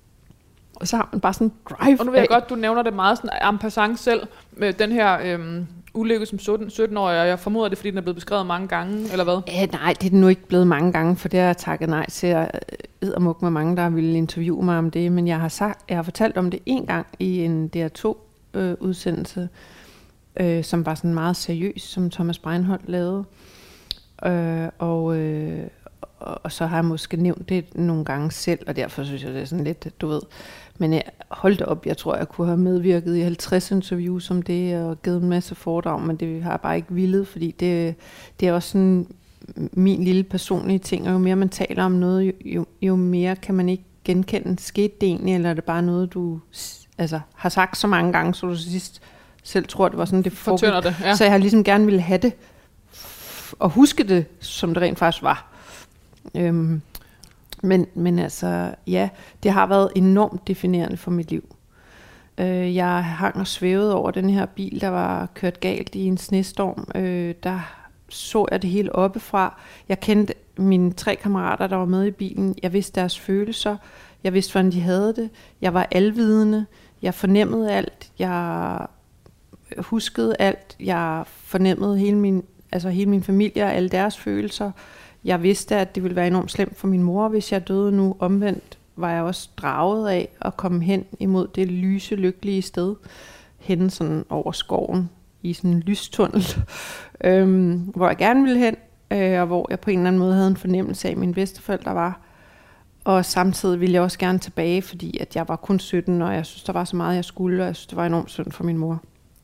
og så har man bare sådan en drive. Og nu ved jeg godt, du nævner det meget sådan en passant selv, med den her øhm, ulykke som sytten-årig, og jeg formoder det, fordi den er blevet beskrevet mange gange, eller hvad? Æh, nej, det er den nu ikke blevet mange gange, for det har jeg takket nej til. Jeg eddermuk med mange, der ville interviewe mig om det, men jeg har, sagt, jeg har fortalt om det en gang i en D R to øh, udsendelse, øh, som var sådan meget seriøs, som Thomas Breinholt lavede. Øh, og... Øh, og så har jeg måske nævnt det nogle gange selv, og derfor synes jeg, det er sådan lidt, du ved. Men jeg holdt op, jeg tror, jeg kunne have medvirket i halvtreds interviews om det, og givet en masse foredrag, men det har jeg bare ikke villet, fordi det, det er også sådan min lille personlige ting, og jo mere man taler om noget, jo, jo, jo mere kan man ikke genkende, skete det egentlig, eller er det bare noget, du altså, har sagt så mange gange, så du sidst selv tror, det var sådan, det foregik. Det, ja. Så jeg har ligesom gerne ville have det, og huske det, som det rent faktisk var. Øhm, men, men altså, ja, det har været enormt definerende for mit liv. Øh, jeg hang og svævede over den her bil, der var kørt galt i en snestorm. Øh, der så jeg det hele oppefra. Jeg kendte mine tre kammerater, der var med i bilen. Jeg vidste deres følelser. Jeg vidste, hvordan de havde det. Jeg var alvidende. Jeg fornemmede alt. Jeg huskede alt. Jeg fornemmede hele min, altså hele min familie og alle deres følelser. Jeg vidste, at det ville være enormt slemt for min mor, hvis jeg døde nu. Omvendt var jeg også draget af at komme hen imod det lyse, lykkelige sted. Hen sådan over skoven i sådan en lystunnel, øhm, hvor jeg gerne ville hen, øh, og hvor jeg på en eller anden måde havde en fornemmelse af, at mine bedsteforældre var. Og samtidig ville jeg også gerne tilbage, fordi at jeg var kun sytten, og jeg synes, der var så meget, jeg skulle, og jeg synes, det var enormt synd for min mor.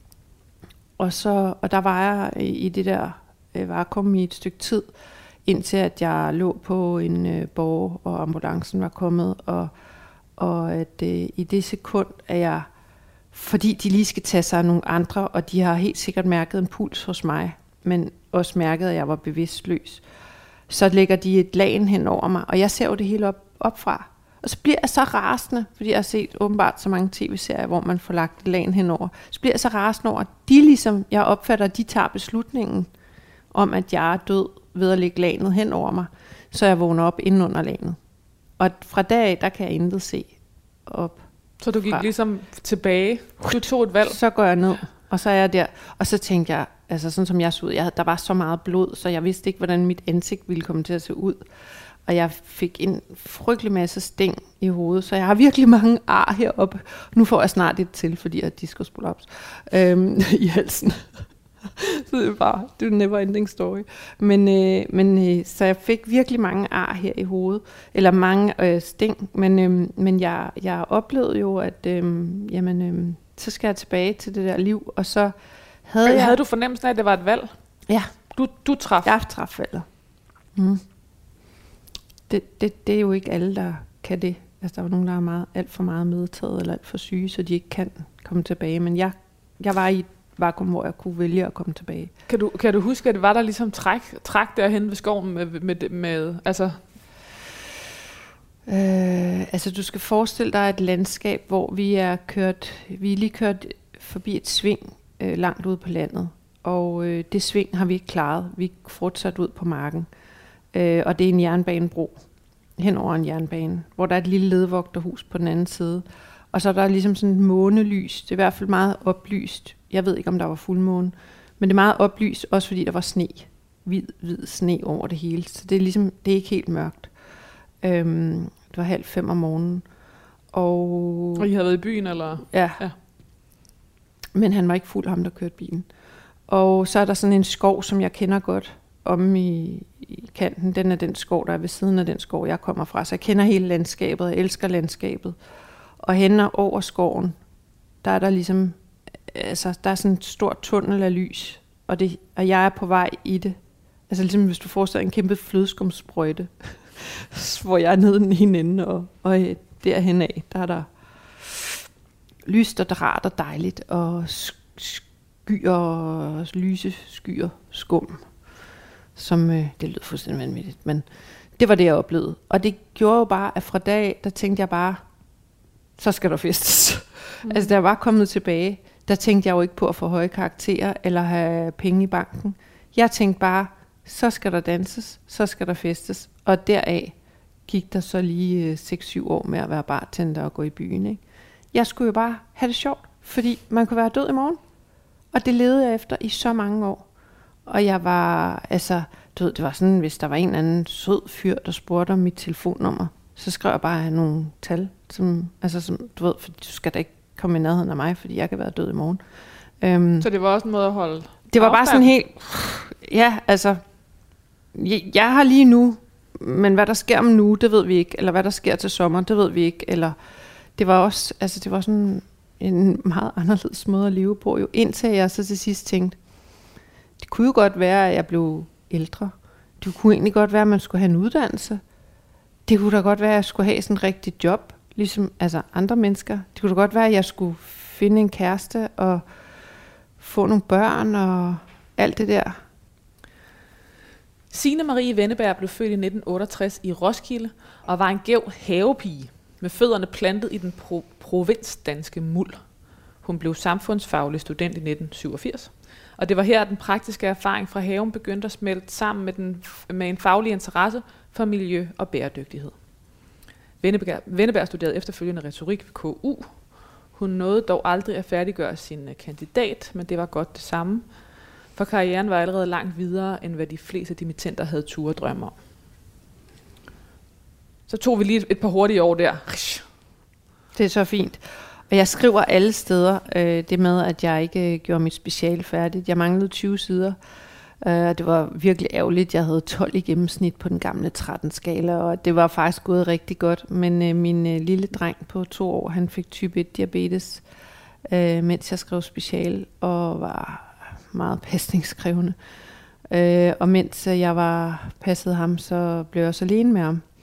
Og, så, og der var jeg i det der øh, vakuum i et stykke tid, indtil at jeg lå på en øh, borg, og ambulancen var kommet, og, og at øh, i det sekund, at jeg fordi de lige skal tage sig af nogle andre, og de har helt sikkert mærket en puls hos mig, men også mærket, at jeg var bevidstløs. Så lægger de et lagen hen over mig, og jeg ser jo det hele op, opfra. Og så bliver jeg så rasende, fordi jeg har set åbenbart så mange tv-serier, hvor man får lagt et lagen henover. Så bliver jeg så rasende over, at de ligesom, jeg opfatter, de tager beslutningen om, at jeg er død ved at lægge lagenet hen over mig, så jeg vågner op inden under lagenet. Og fra dag af, der kan jeg intet se op. Så du gik fra. ligesom tilbage, du tog et valg. Så går jeg ned, og så er jeg der, og så tænkte jeg, altså sådan som jeg så ud, jeg, der var så meget blod, så jeg vidste ikke, hvordan mit ansigt ville komme til at se ud. Og jeg fik en frygtelig masse sting i hovedet, så jeg har virkelig mange ar heroppe. Nu får jeg snart et til, fordi jeg har diskusprolaps øhm, i halsen. Så det er bare, det er en never ending story. Men, øh, men øh, så jeg fik virkelig mange ar her i hovedet, eller mange øh, sting. Men, øh, men jeg, jeg oplevede jo, at øh, jamen, øh, så skal jeg tilbage til det der liv, og så havde Men jeg... havde du fornemmelsen af, at det var et valg? Ja. Du, du traf? Jeg traf valget. Mm. Det, det, det er jo ikke alle, der kan det. Altså, der er nogen, der er meget, alt for meget medtaget eller alt for syge, så de ikke kan komme tilbage. Men jeg, jeg var i et vakuum, hvor jeg kunne vælge at komme tilbage. Kan du, kan du huske, at det var der ligesom træk, træk derhen ved skoven med, med, med altså... Øh, altså, du skal forestille dig et landskab, hvor vi er kørt, vi er lige kørt forbi et sving øh, langt ude på landet. Og øh, det sving har vi ikke klaret. Vi er fortsat ud på marken. Øh, og det er en jernbanebro hen over en jernbane, hvor der er et lille ledvogterhus på den anden side. Og så er der ligesom sådan et månelys. Det er i hvert fald meget oplyst. Jeg ved ikke, om der var fuldmåne. Men det er meget oplyst, også fordi der var sne. Hvid, hvid sne over det hele. Så det er ligesom, det er ikke helt mørkt. Øhm, det var halv fem om morgenen. Og, og I havde været i byen, eller? Ja. ja. Men han var ikke fuld, ham der kørte bilen. Og så er der sådan en skov, som jeg kender godt, om i, i kanten. Den er den skov, der er ved siden af den skov, jeg kommer fra. Så jeg kender hele landskabet, jeg elsker landskabet. Og henne over skoven, der er der ligesom, altså der er sådan en stor tunnel af lys, og, det, og jeg er på vej i det. Altså ligesom hvis du forestiller en kæmpe flødeskumssprøjte, hvor jeg er nede den ene ende, og, og derhen af, der er der lyst og drat og dejligt, og skyer og lyse skyer skum. Som, øh, det lød fuldstændig vanvittigt, men det var det, jeg oplevede. Og det gjorde jo bare, at fra dag, der tænkte jeg bare, så skal der festes. Mm. Altså, da jeg var kommet tilbage, der tænkte jeg jo ikke på at få høje karakterer, eller have penge i banken. Jeg tænkte bare, så skal der danses, så skal der festes. Og deraf gik der så lige seks syv år med at være bartender og gå i byen. Ikke? Jeg skulle jo bare have det sjovt, fordi man kunne være død i morgen. Og det levede jeg efter i så mange år. Og jeg var, altså, du ved, det var sådan, hvis der var en eller anden sød fyr, der spurgte om mit telefonnummer, så skrev jeg bare nogle tal, som, altså, som, du ved, for du skal da ikke komme i nærheden af mig, fordi jeg kan være død i morgen. Um, så det var også en måde at holde Det var afstand. Bare sådan helt, ja, altså, jeg, jeg har lige nu, men hvad der sker om nu, det ved vi ikke, eller hvad der sker til sommer, det ved vi ikke, eller det var også, altså, det var sådan en meget anderledes måde at leve på, jo, indtil jeg så til sidst tænkte, det kunne jo godt være, at jeg blev ældre. Det kunne egentlig godt være, at man skulle have en uddannelse. Det kunne da godt være, at jeg skulle have sådan et rigtigt job, ligesom altså andre mennesker. Det kunne da godt være, at jeg skulle finde en kæreste og få nogle børn og alt det der. Signe Marie Wenneberg blev født i nitten otteogtres i Roskilde og var en gæv havepige med fødderne plantet i den pro- provinsdanske muld. Hun blev samfundsfaglig student i nitten syvogfirs. Og det var her, at den praktiske erfaring fra haven begyndte at smelte sammen med, den, med en faglig interesse for miljø og bæredygtighed. Wenneberg, Wenneberg studerede efterfølgende retorik ved K U. Hun nåede dog aldrig at færdiggøre sin kandidat, men det var godt det samme. For karrieren var allerede langt videre, end hvad de fleste dimittenter havde ture drømme om. Så tog vi lige et, et par hurtige år der. Det er så fint. Og jeg skriver alle steder øh, det med, at jeg ikke øh, gjorde mit speciale færdigt. Jeg manglede tyve sider. Øh, det var virkelig ærgerligt. Jeg havde tolv i gennemsnit på den gamle tretten-skala, og det var faktisk gået rigtig godt. Men øh, min øh, lille dreng på to år, han fik type et diabetes, øh, mens jeg skrev speciale, og var meget pasningskrævende. Øh, og mens jeg var passet ham, så blev jeg også alene med ham.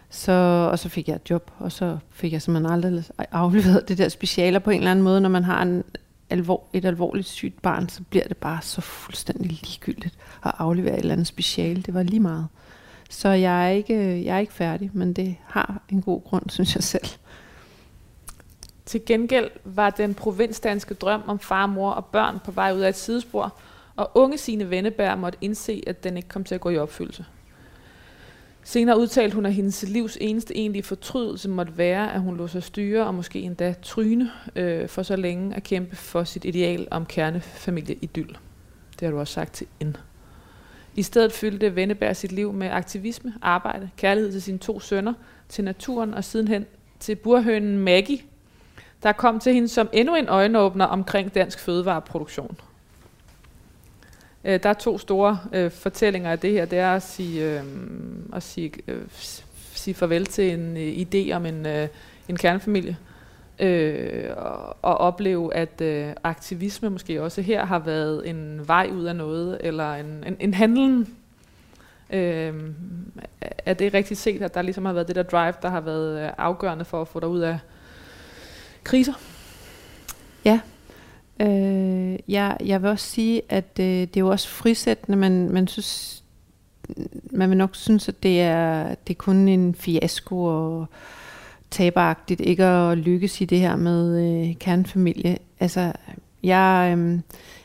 Så, og så fik jeg et job, og så fik jeg simpelthen aldrig afleveret det der specialer på en eller anden måde. Når man har en alvor, et alvorligt sygt barn, så bliver det bare så fuldstændig ligegyldigt at aflevere et eller andet speciale. Det var lige meget. Så jeg er ikke, jeg er ikke færdig, men det har en god grund, synes jeg selv. Til gengæld var den provinsdanske drøm om far, mor og børn på vej ud af et sidespor, og unge Signe Wenneberg måtte indse, at den ikke kom til at gå i opfyldelse. Senere udtalte hun, at hendes livs eneste egentlige fortrydelse måtte være, at hun lod sig styre og måske endda tryne øh, for så længe at kæmpe for sit ideal om kernefamilieidyl. Det har du også sagt til N. I stedet fyldte Wenneberg sit liv med aktivisme, arbejde, kærlighed til sine to sønner, til naturen og sidenhen til burhønen Maggie, der kom til hende som endnu en øjenåbner omkring dansk fødevareproduktion. Der er to store øh, fortællinger af det her. Det er at sige, øh, at sige, øh, sige farvel til en øh, idé om en, øh, en kernefamilie, øh, og, og opleve, at øh, aktivisme måske også her har været en vej ud af noget, eller en, en, en handlen. Øh, er det rigtigt set, at der ligesom har været det der drive, der har været afgørende for at få dig ud af kriser? Ja. Øh, jeg, jeg vil også sige, at øh, det er jo også frisættende. Man, man, synes, man vil nok synes, at det er, det er kun en fiasko og taberagtigt ikke at lykkes i det her med øh, kernefamilie. Altså, jeg, øh,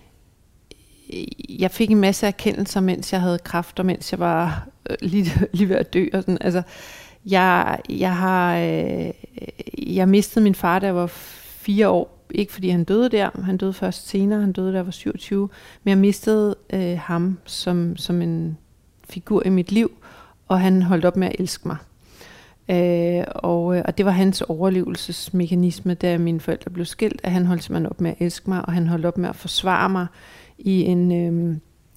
jeg fik en masse erkendelser, mens jeg havde kræft, og mens jeg var øh, lige, lige ved at dø. Og sådan. Altså, jeg, jeg har øh, jeg mistede min far, da jeg var fire år. Ikke fordi han døde der, han døde først senere, han døde da jeg var syvogtyve, men jeg mistede øh, ham som, som en figur i mit liv, og han holdt op med at elske mig. Øh, og, og det var hans overlevelsesmekanisme, da mine forældre blev skilt, at han holdt simpelthen op med at elske mig, og han holdt op med at forsvare mig i, en, øh,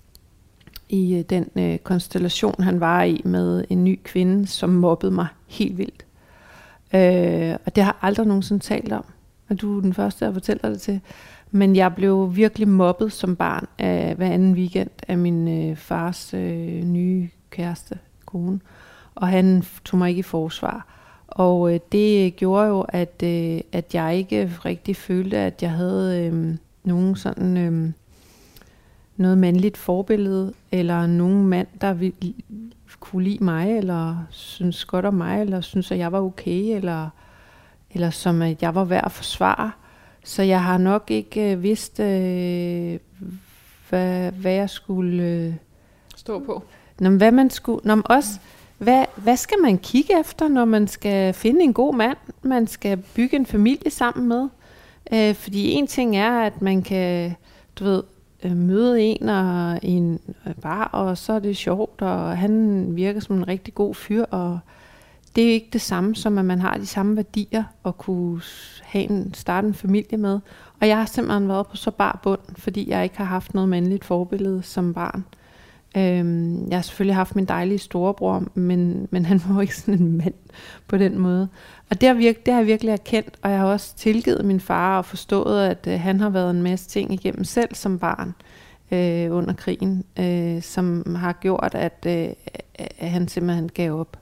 i den øh, konstellation, han var i med en ny kvinde, som mobbede mig helt vildt. Øh, og det har jeg aldrig nogensinde talt om. Og du er den første, der fortæller det til. Men jeg blev virkelig mobbet som barn af hver anden weekend af min øh, fars øh, nye kæreste, kone. Og han tog mig ikke i forsvar. Og øh, det gjorde jo, at, øh, at jeg ikke rigtig følte, at jeg havde øh, nogen sådan, øh, noget mandligt forbillede, eller nogen mand, der ville, kunne lide mig, eller synes godt om mig, eller synes, at jeg var okay, eller... eller som at jeg var værd at forsvare. Så jeg har nok ikke øh, vidst, øh, hvad, hvad jeg skulle... Øh, stå på. Nå, hvad man skulle... Nå, også, hvad, hvad skal man kigge efter, når man skal finde en god mand, man skal bygge en familie sammen med? Øh, fordi en ting er, at man kan, du ved, øh, møde en og i en bar, og så er det sjovt, og han virker som en rigtig god fyr, og det er ikke det samme som, at man har de samme værdier og kunne have en, starte en familie med. Og jeg har simpelthen været på så bar bund, fordi jeg ikke har haft noget mandligt forbillede som barn. Øhm, jeg har selvfølgelig haft min dejlige storebror, men, men han var ikke sådan en mand på den måde. Og det har, virke, det har jeg virkelig erkendt, og jeg har også tilgivet min far og forstået, at øh, han har været en masse ting igennem selv som barn øh, under krigen, øh, som har gjort, at, øh, at han simpelthen gav op.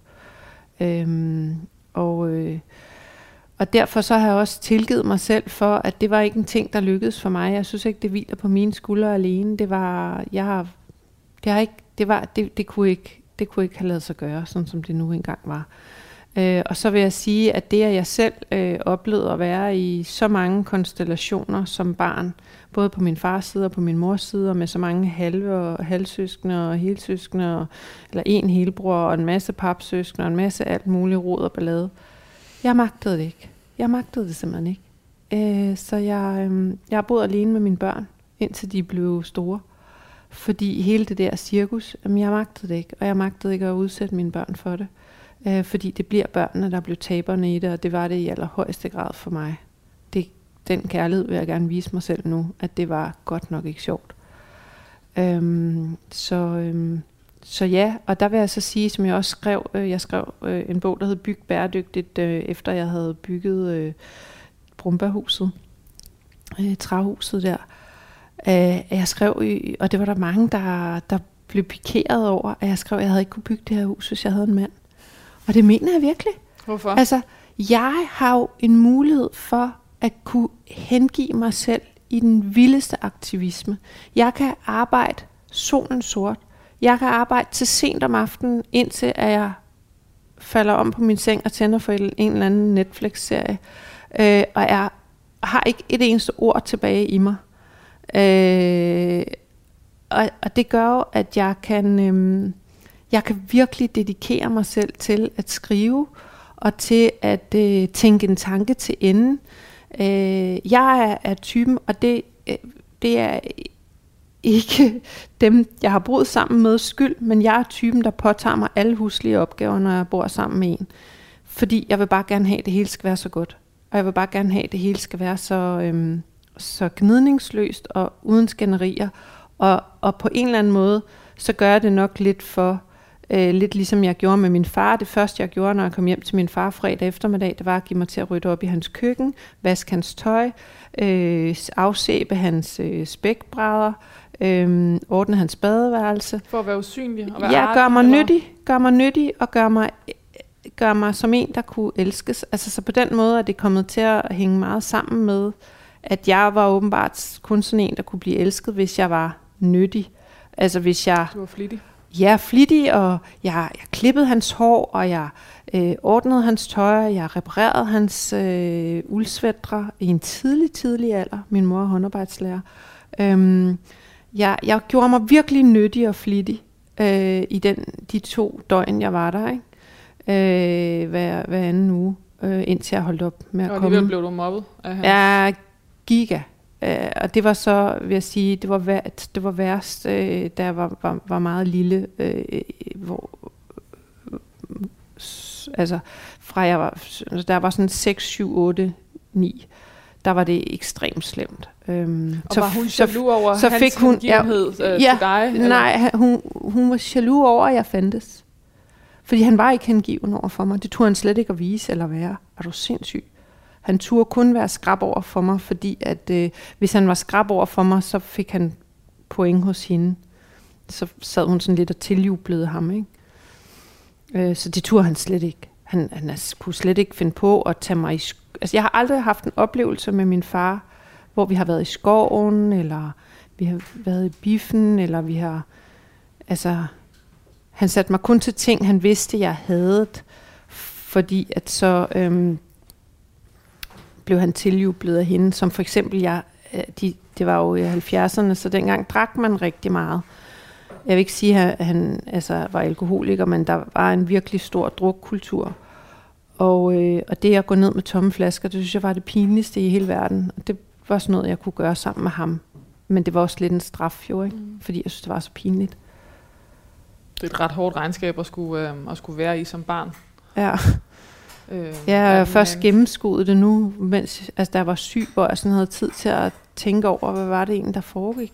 Øhm, og, øh, og derfor så har jeg også tilgivet mig selv for, at det var ikke en ting, der lykkedes for mig. Jeg synes ikke, det hviler på mine skuldre alene. Det var, jeg har, det har ikke, det var, det, det kunne ikke, det kunne ikke have ladet sig gøre, sådan som det nu engang var. Øh, og så vil jeg sige, at det, at jeg selv øh, oplevede at være i så mange konstellationer som barn, både på min fars side og på min mors side, og med så mange halve og halvsøskende og helsøskende, og, eller en helbror og en masse papsøskende og en masse alt muligt rod og ballade. Jeg magtede det ikke. Jeg magtede det simpelthen ikke. Øh, så jeg, øh, jeg har boet alene med mine børn, indtil de blev store. Fordi hele det der cirkus, jamen jeg magtede det ikke, og jeg magtede ikke at udsætte mine børn for det. Øh, fordi det bliver børnene, der bliver taberne i det, og det var det i allerhøjeste grad for mig. Det, den kærlighed vil jeg gerne vise mig selv nu, at det var godt nok ikke sjovt. Øhm, så, øhm, så ja, og der vil jeg så sige, som jeg også skrev, øh, jeg skrev øh, en bog, der hed Byg bæredygtigt, øh, efter jeg havde bygget øh, Brumbærhuset, øh, træhuset der. Øh, jeg skrev, i, og det var der mange, der, der blev pikeret over, at jeg skrev, at jeg havde ikke kunne bygge det her hus, hvis jeg havde en mand. Og det mener jeg virkelig. Hvorfor? Altså, jeg har jo en mulighed for at kunne hengive mig selv i den vildeste aktivisme. Jeg kan arbejde solen sort. Jeg kan arbejde til sent om aftenen, indtil at jeg falder om på min seng og tænder for en eller anden Netflix-serie. Øh, og jeg har ikke et eneste ord tilbage i mig. Øh, og, og det gør jo, at jeg kan, øh, jeg kan virkelig dedikere mig selv til at skrive, og til at øh, tænke en tanke til ende. Øh, jeg er, er typen, og det, øh, det er ikke dem, jeg har boet sammen med skyld, men jeg er typen, der påtager mig alle huslige opgaver, når jeg bor sammen med en. Fordi jeg vil bare gerne have, at det hele skal være så godt. Og jeg vil bare gerne have, at det hele skal være så, øhm, så gnidningsløst og uden skænderier. Og, og på en eller anden måde, så gør jeg det nok lidt for, øh, lidt ligesom jeg gjorde med min far. Det første, jeg gjorde, når jeg kom hjem til min far fredag eftermiddag, det var at give mig til at rydde op i hans køkken, vaske hans tøj, øh, afsæbe hans øh, spækbrædder, øh, ordne hans badeværelse. For at være usynlig og være Ja, artig, gør mig eller? nyttig, gør mig nyttig og gør mig, gør mig som en, der kunne elskes. Altså så på den måde er det kommet til at hænge meget sammen med, at jeg var åbenbart kun sådan en, der kunne blive elsket, hvis jeg var nyttig. Altså hvis jeg... Du var flittig. Ja, flittig, og jeg, jeg klippede hans hår, og jeg øh, ordnede hans tøj, og jeg reparerede hans øh, uldsvætre i en tidlig, tidlig alder. Min mor er håndarbejdslærer. Øhm, jeg, jeg gjorde mig virkelig nyttig og flittig øh, i den, de to døgn, jeg var der, ikke? Øh, hver, hver anden uge, øh, indtil jeg holdt op med at og komme. Og alligevel blev du mobbet af hans... Ja, giga. Uh, og det var så, vil jeg sige, det var, vær- det var værst, uh, da jeg var, var, var meget lille, uh, hvor, uh, altså fra jeg var, der var sådan seks, syv, otte, ni, der var det ekstremt slemt. Um, og så, var hun så, jaloux over så hans fik hun, hengivenhed ja, øh, ja, til dig? Eller? Nej, hun, hun var jaloux over, at jeg fandtes. Fordi han var ikke hengiven over for mig. Det turde han slet ikke at vise eller være. Er du sindssyg? Han turde kun være skrab over for mig, fordi at øh, hvis han var skrab over for mig, så fik han point hos hende. Så sad hun sådan lidt og tiljublede ham, ikke? Øh, så det turde han slet ikke. Han, han kunne slet ikke finde på at tage mig i sk- Altså jeg har aldrig haft en oplevelse med min far, hvor vi har været i skoven, eller vi har været i biffen, eller vi har... Altså, han satte mig kun til ting, han vidste, jeg havde, fordi at så... Øhm, blev han tiljublet af hende, som for eksempel jeg, de, det var jo i halvfjerdserne, så dengang drak man rigtig meget. Jeg vil ikke sige, at han altså, var alkoholiker, men der var en virkelig stor drukkultur. Og, øh, og det at gå ned med tomme flasker, det synes jeg var det pinligste i hele verden. Og det var sådan noget, jeg kunne gøre sammen med ham. Men det var også lidt en straf jo, ikke? Mm. Fordi jeg synes, det var så pinligt. Det er et ret hårdt regnskab at skulle, øh, at skulle være i som barn. Ja. Øh, jeg har først gennemskuet det nu, mens altså, da jeg var syg, hvor jeg sådan havde tid til at tænke over, hvad var det egentlig, der foregik.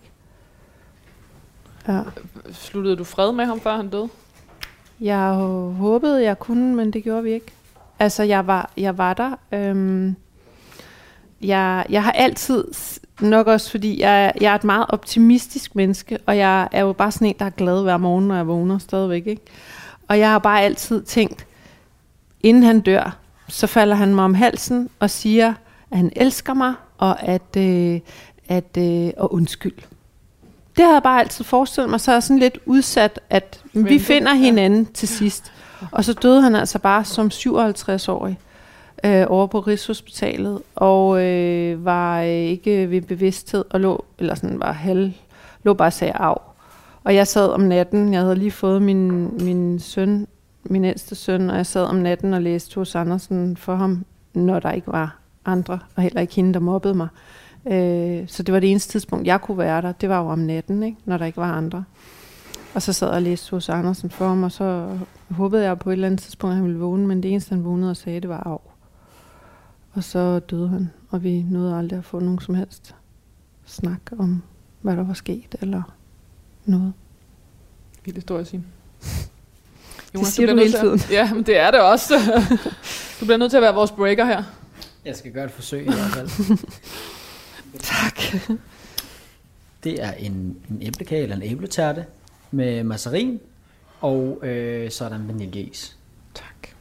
Ja. Sluttede du fred med ham, før han døde? Jeg håbede, jeg kunne, men det gjorde vi ikke. Altså, jeg var, jeg var der. Øhm, jeg, jeg har altid, nok også fordi jeg, jeg er et meget optimistisk menneske, og jeg er jo bare sådan en, der er glad hver morgen, når jeg vågner stadigvæk, ikke? Og jeg har bare altid tænkt, inden han dør, så falder han mig om halsen og siger, at han elsker mig, og at, øh, at øh, og undskyld. Det havde jeg bare altid forestillet mig, så er jeg sådan lidt udsat, at vi Vente. finder hinanden ja. til sidst. Og så døde han altså bare som syvoghalvtreds-årig øh, over på Rigshospitalet, og øh, var øh, ikke ved bevidsthed, og lå, eller sådan var halv, lå bare og sagde af. Og jeg sad om natten, jeg havde lige fået min, min søn, min ældste søn, og jeg sad om natten og læste hos Andersen for ham, når der ikke var andre, og heller ikke hende, der mobbede mig. Øh, så det var det eneste tidspunkt, jeg kunne være der. Det var jo om natten, ikke? Når der ikke var andre. Og så sad jeg og læste hos Andersen for ham, og så håbede jeg på et eller andet tidspunkt, at han ville vågne, men det eneste, han vågnede og sagde, det var af. Og så døde han, og vi nåede aldrig at få nogen som helst snak om, hvad der var sket, eller noget. Vild historie, Signe. Det siger du, du hele tiden. At, ja, men det er det også. Du bliver nødt til at være vores breaker her. Jeg skal gøre et forsøg i hvert fald. Tak. Det er en, en æblekage eller en æbletærte med marcerin, og øh, så er der en vaniljeis. Tak.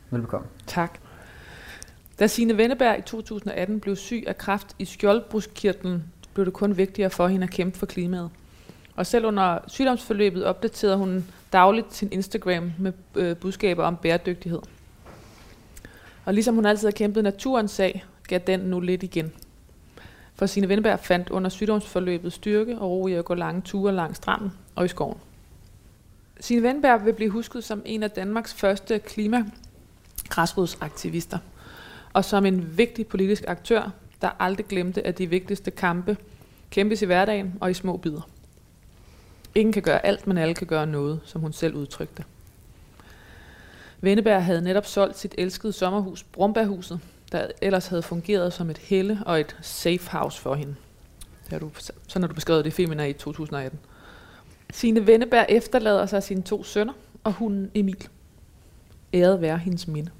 Velbekomme. Tak. Da Signe Wenneberg i to tusind og atten blev syg af kræft i skjoldbruskkirtlen, blev det kun vigtigere for hende at kæmpe for klimaet. Og selv under sygdomsforløbet opdaterede hun dagligt sin Instagram med øh, budskaber om bæredygtighed. Og ligesom hun altid har kæmpet naturens sag, gav den nu lidt igen. For Signe Wenneberg fandt under sygdomsforløbet styrke og ro i at gå lange ture langs stranden og i skoven. Signe Wenneberg vil blive husket som en af Danmarks første klimagræsrodsaktivister, og som en vigtig politisk aktør, der aldrig glemte, at de vigtigste kampe kæmpes i hverdagen og i små bidder. Ingen kan gøre alt, men alle kan gøre noget, som hun selv udtrykte. Wenneberg havde netop solgt sit elskede sommerhus, Brombærhuset, der ellers havde fungeret som et helle og et safe house for hende. Det har du, sådan har du beskrevet det i Femina i to tusind og atten. Signe Wenneberg efterlader sig sine to sønner og hunden Emil. Æret være hendes minde.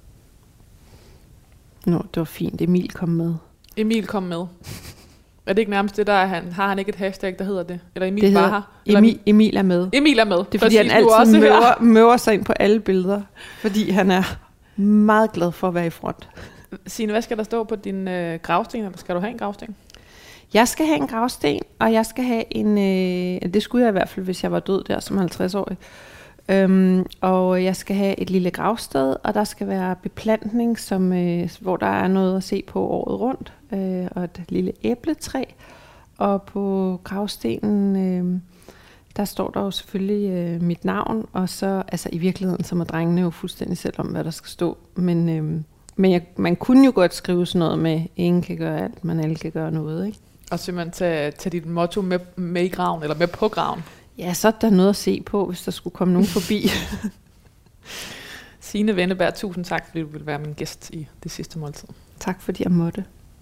Nå, det var fint. Emil kom med. Emil kom med. Er det ikke nærmest det, der er han? Har han ikke et hashtag, der hedder det? Eller Emil det bare har? Eller Emil, Emil er med. Emil er med. Det er fordi, Præcis, han altid møver, møver sig ind på alle billeder. Fordi han er meget glad for at være i front. Signe, hvad skal der stå på din øh, gravsten? Eller skal du have en gravsten? Jeg skal have en gravsten, og jeg skal have en... Øh, det skulle jeg i hvert fald, hvis jeg var død der som halvtreds-årig. Øhm, og jeg skal have et lille gravsted, og der skal være beplantning, som, øh, hvor der er noget at se på året rundt, øh, og et lille æbletræ. Og på gravstenen, øh, der står der jo selvfølgelig øh, mit navn, og så, altså i virkeligheden, så må drengene jo fuldstændig selv om, hvad der skal stå. Men, øh, men jeg, man kunne jo godt skrive sådan noget med, ingen kan gøre alt, men alle kan gøre noget, ikke? Og simpelthen tage, tage dit motto med, med i graven, eller med på graven. Ja, så er der noget at se på, hvis der skulle komme nogen forbi. Signe Wenneberg, tusind tak, fordi du ville være min gæst i Det Sidste Måltid. Tak, fordi jeg måtte.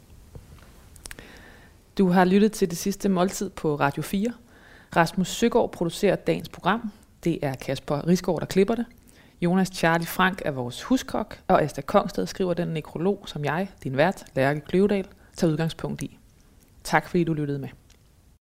Du har lyttet til Det Sidste Måltid på Radio fire. Rasmus Søgaard producerer dagens program. Det er Kasper Risgaard, der klipper det. Jonas Charlie Frank er vores huskok, og Asta Kongsted skriver den nekrolog, som jeg, din vært, Lærke Kløvedal, tager udgangspunkt i. Tak fordi du lyttede med.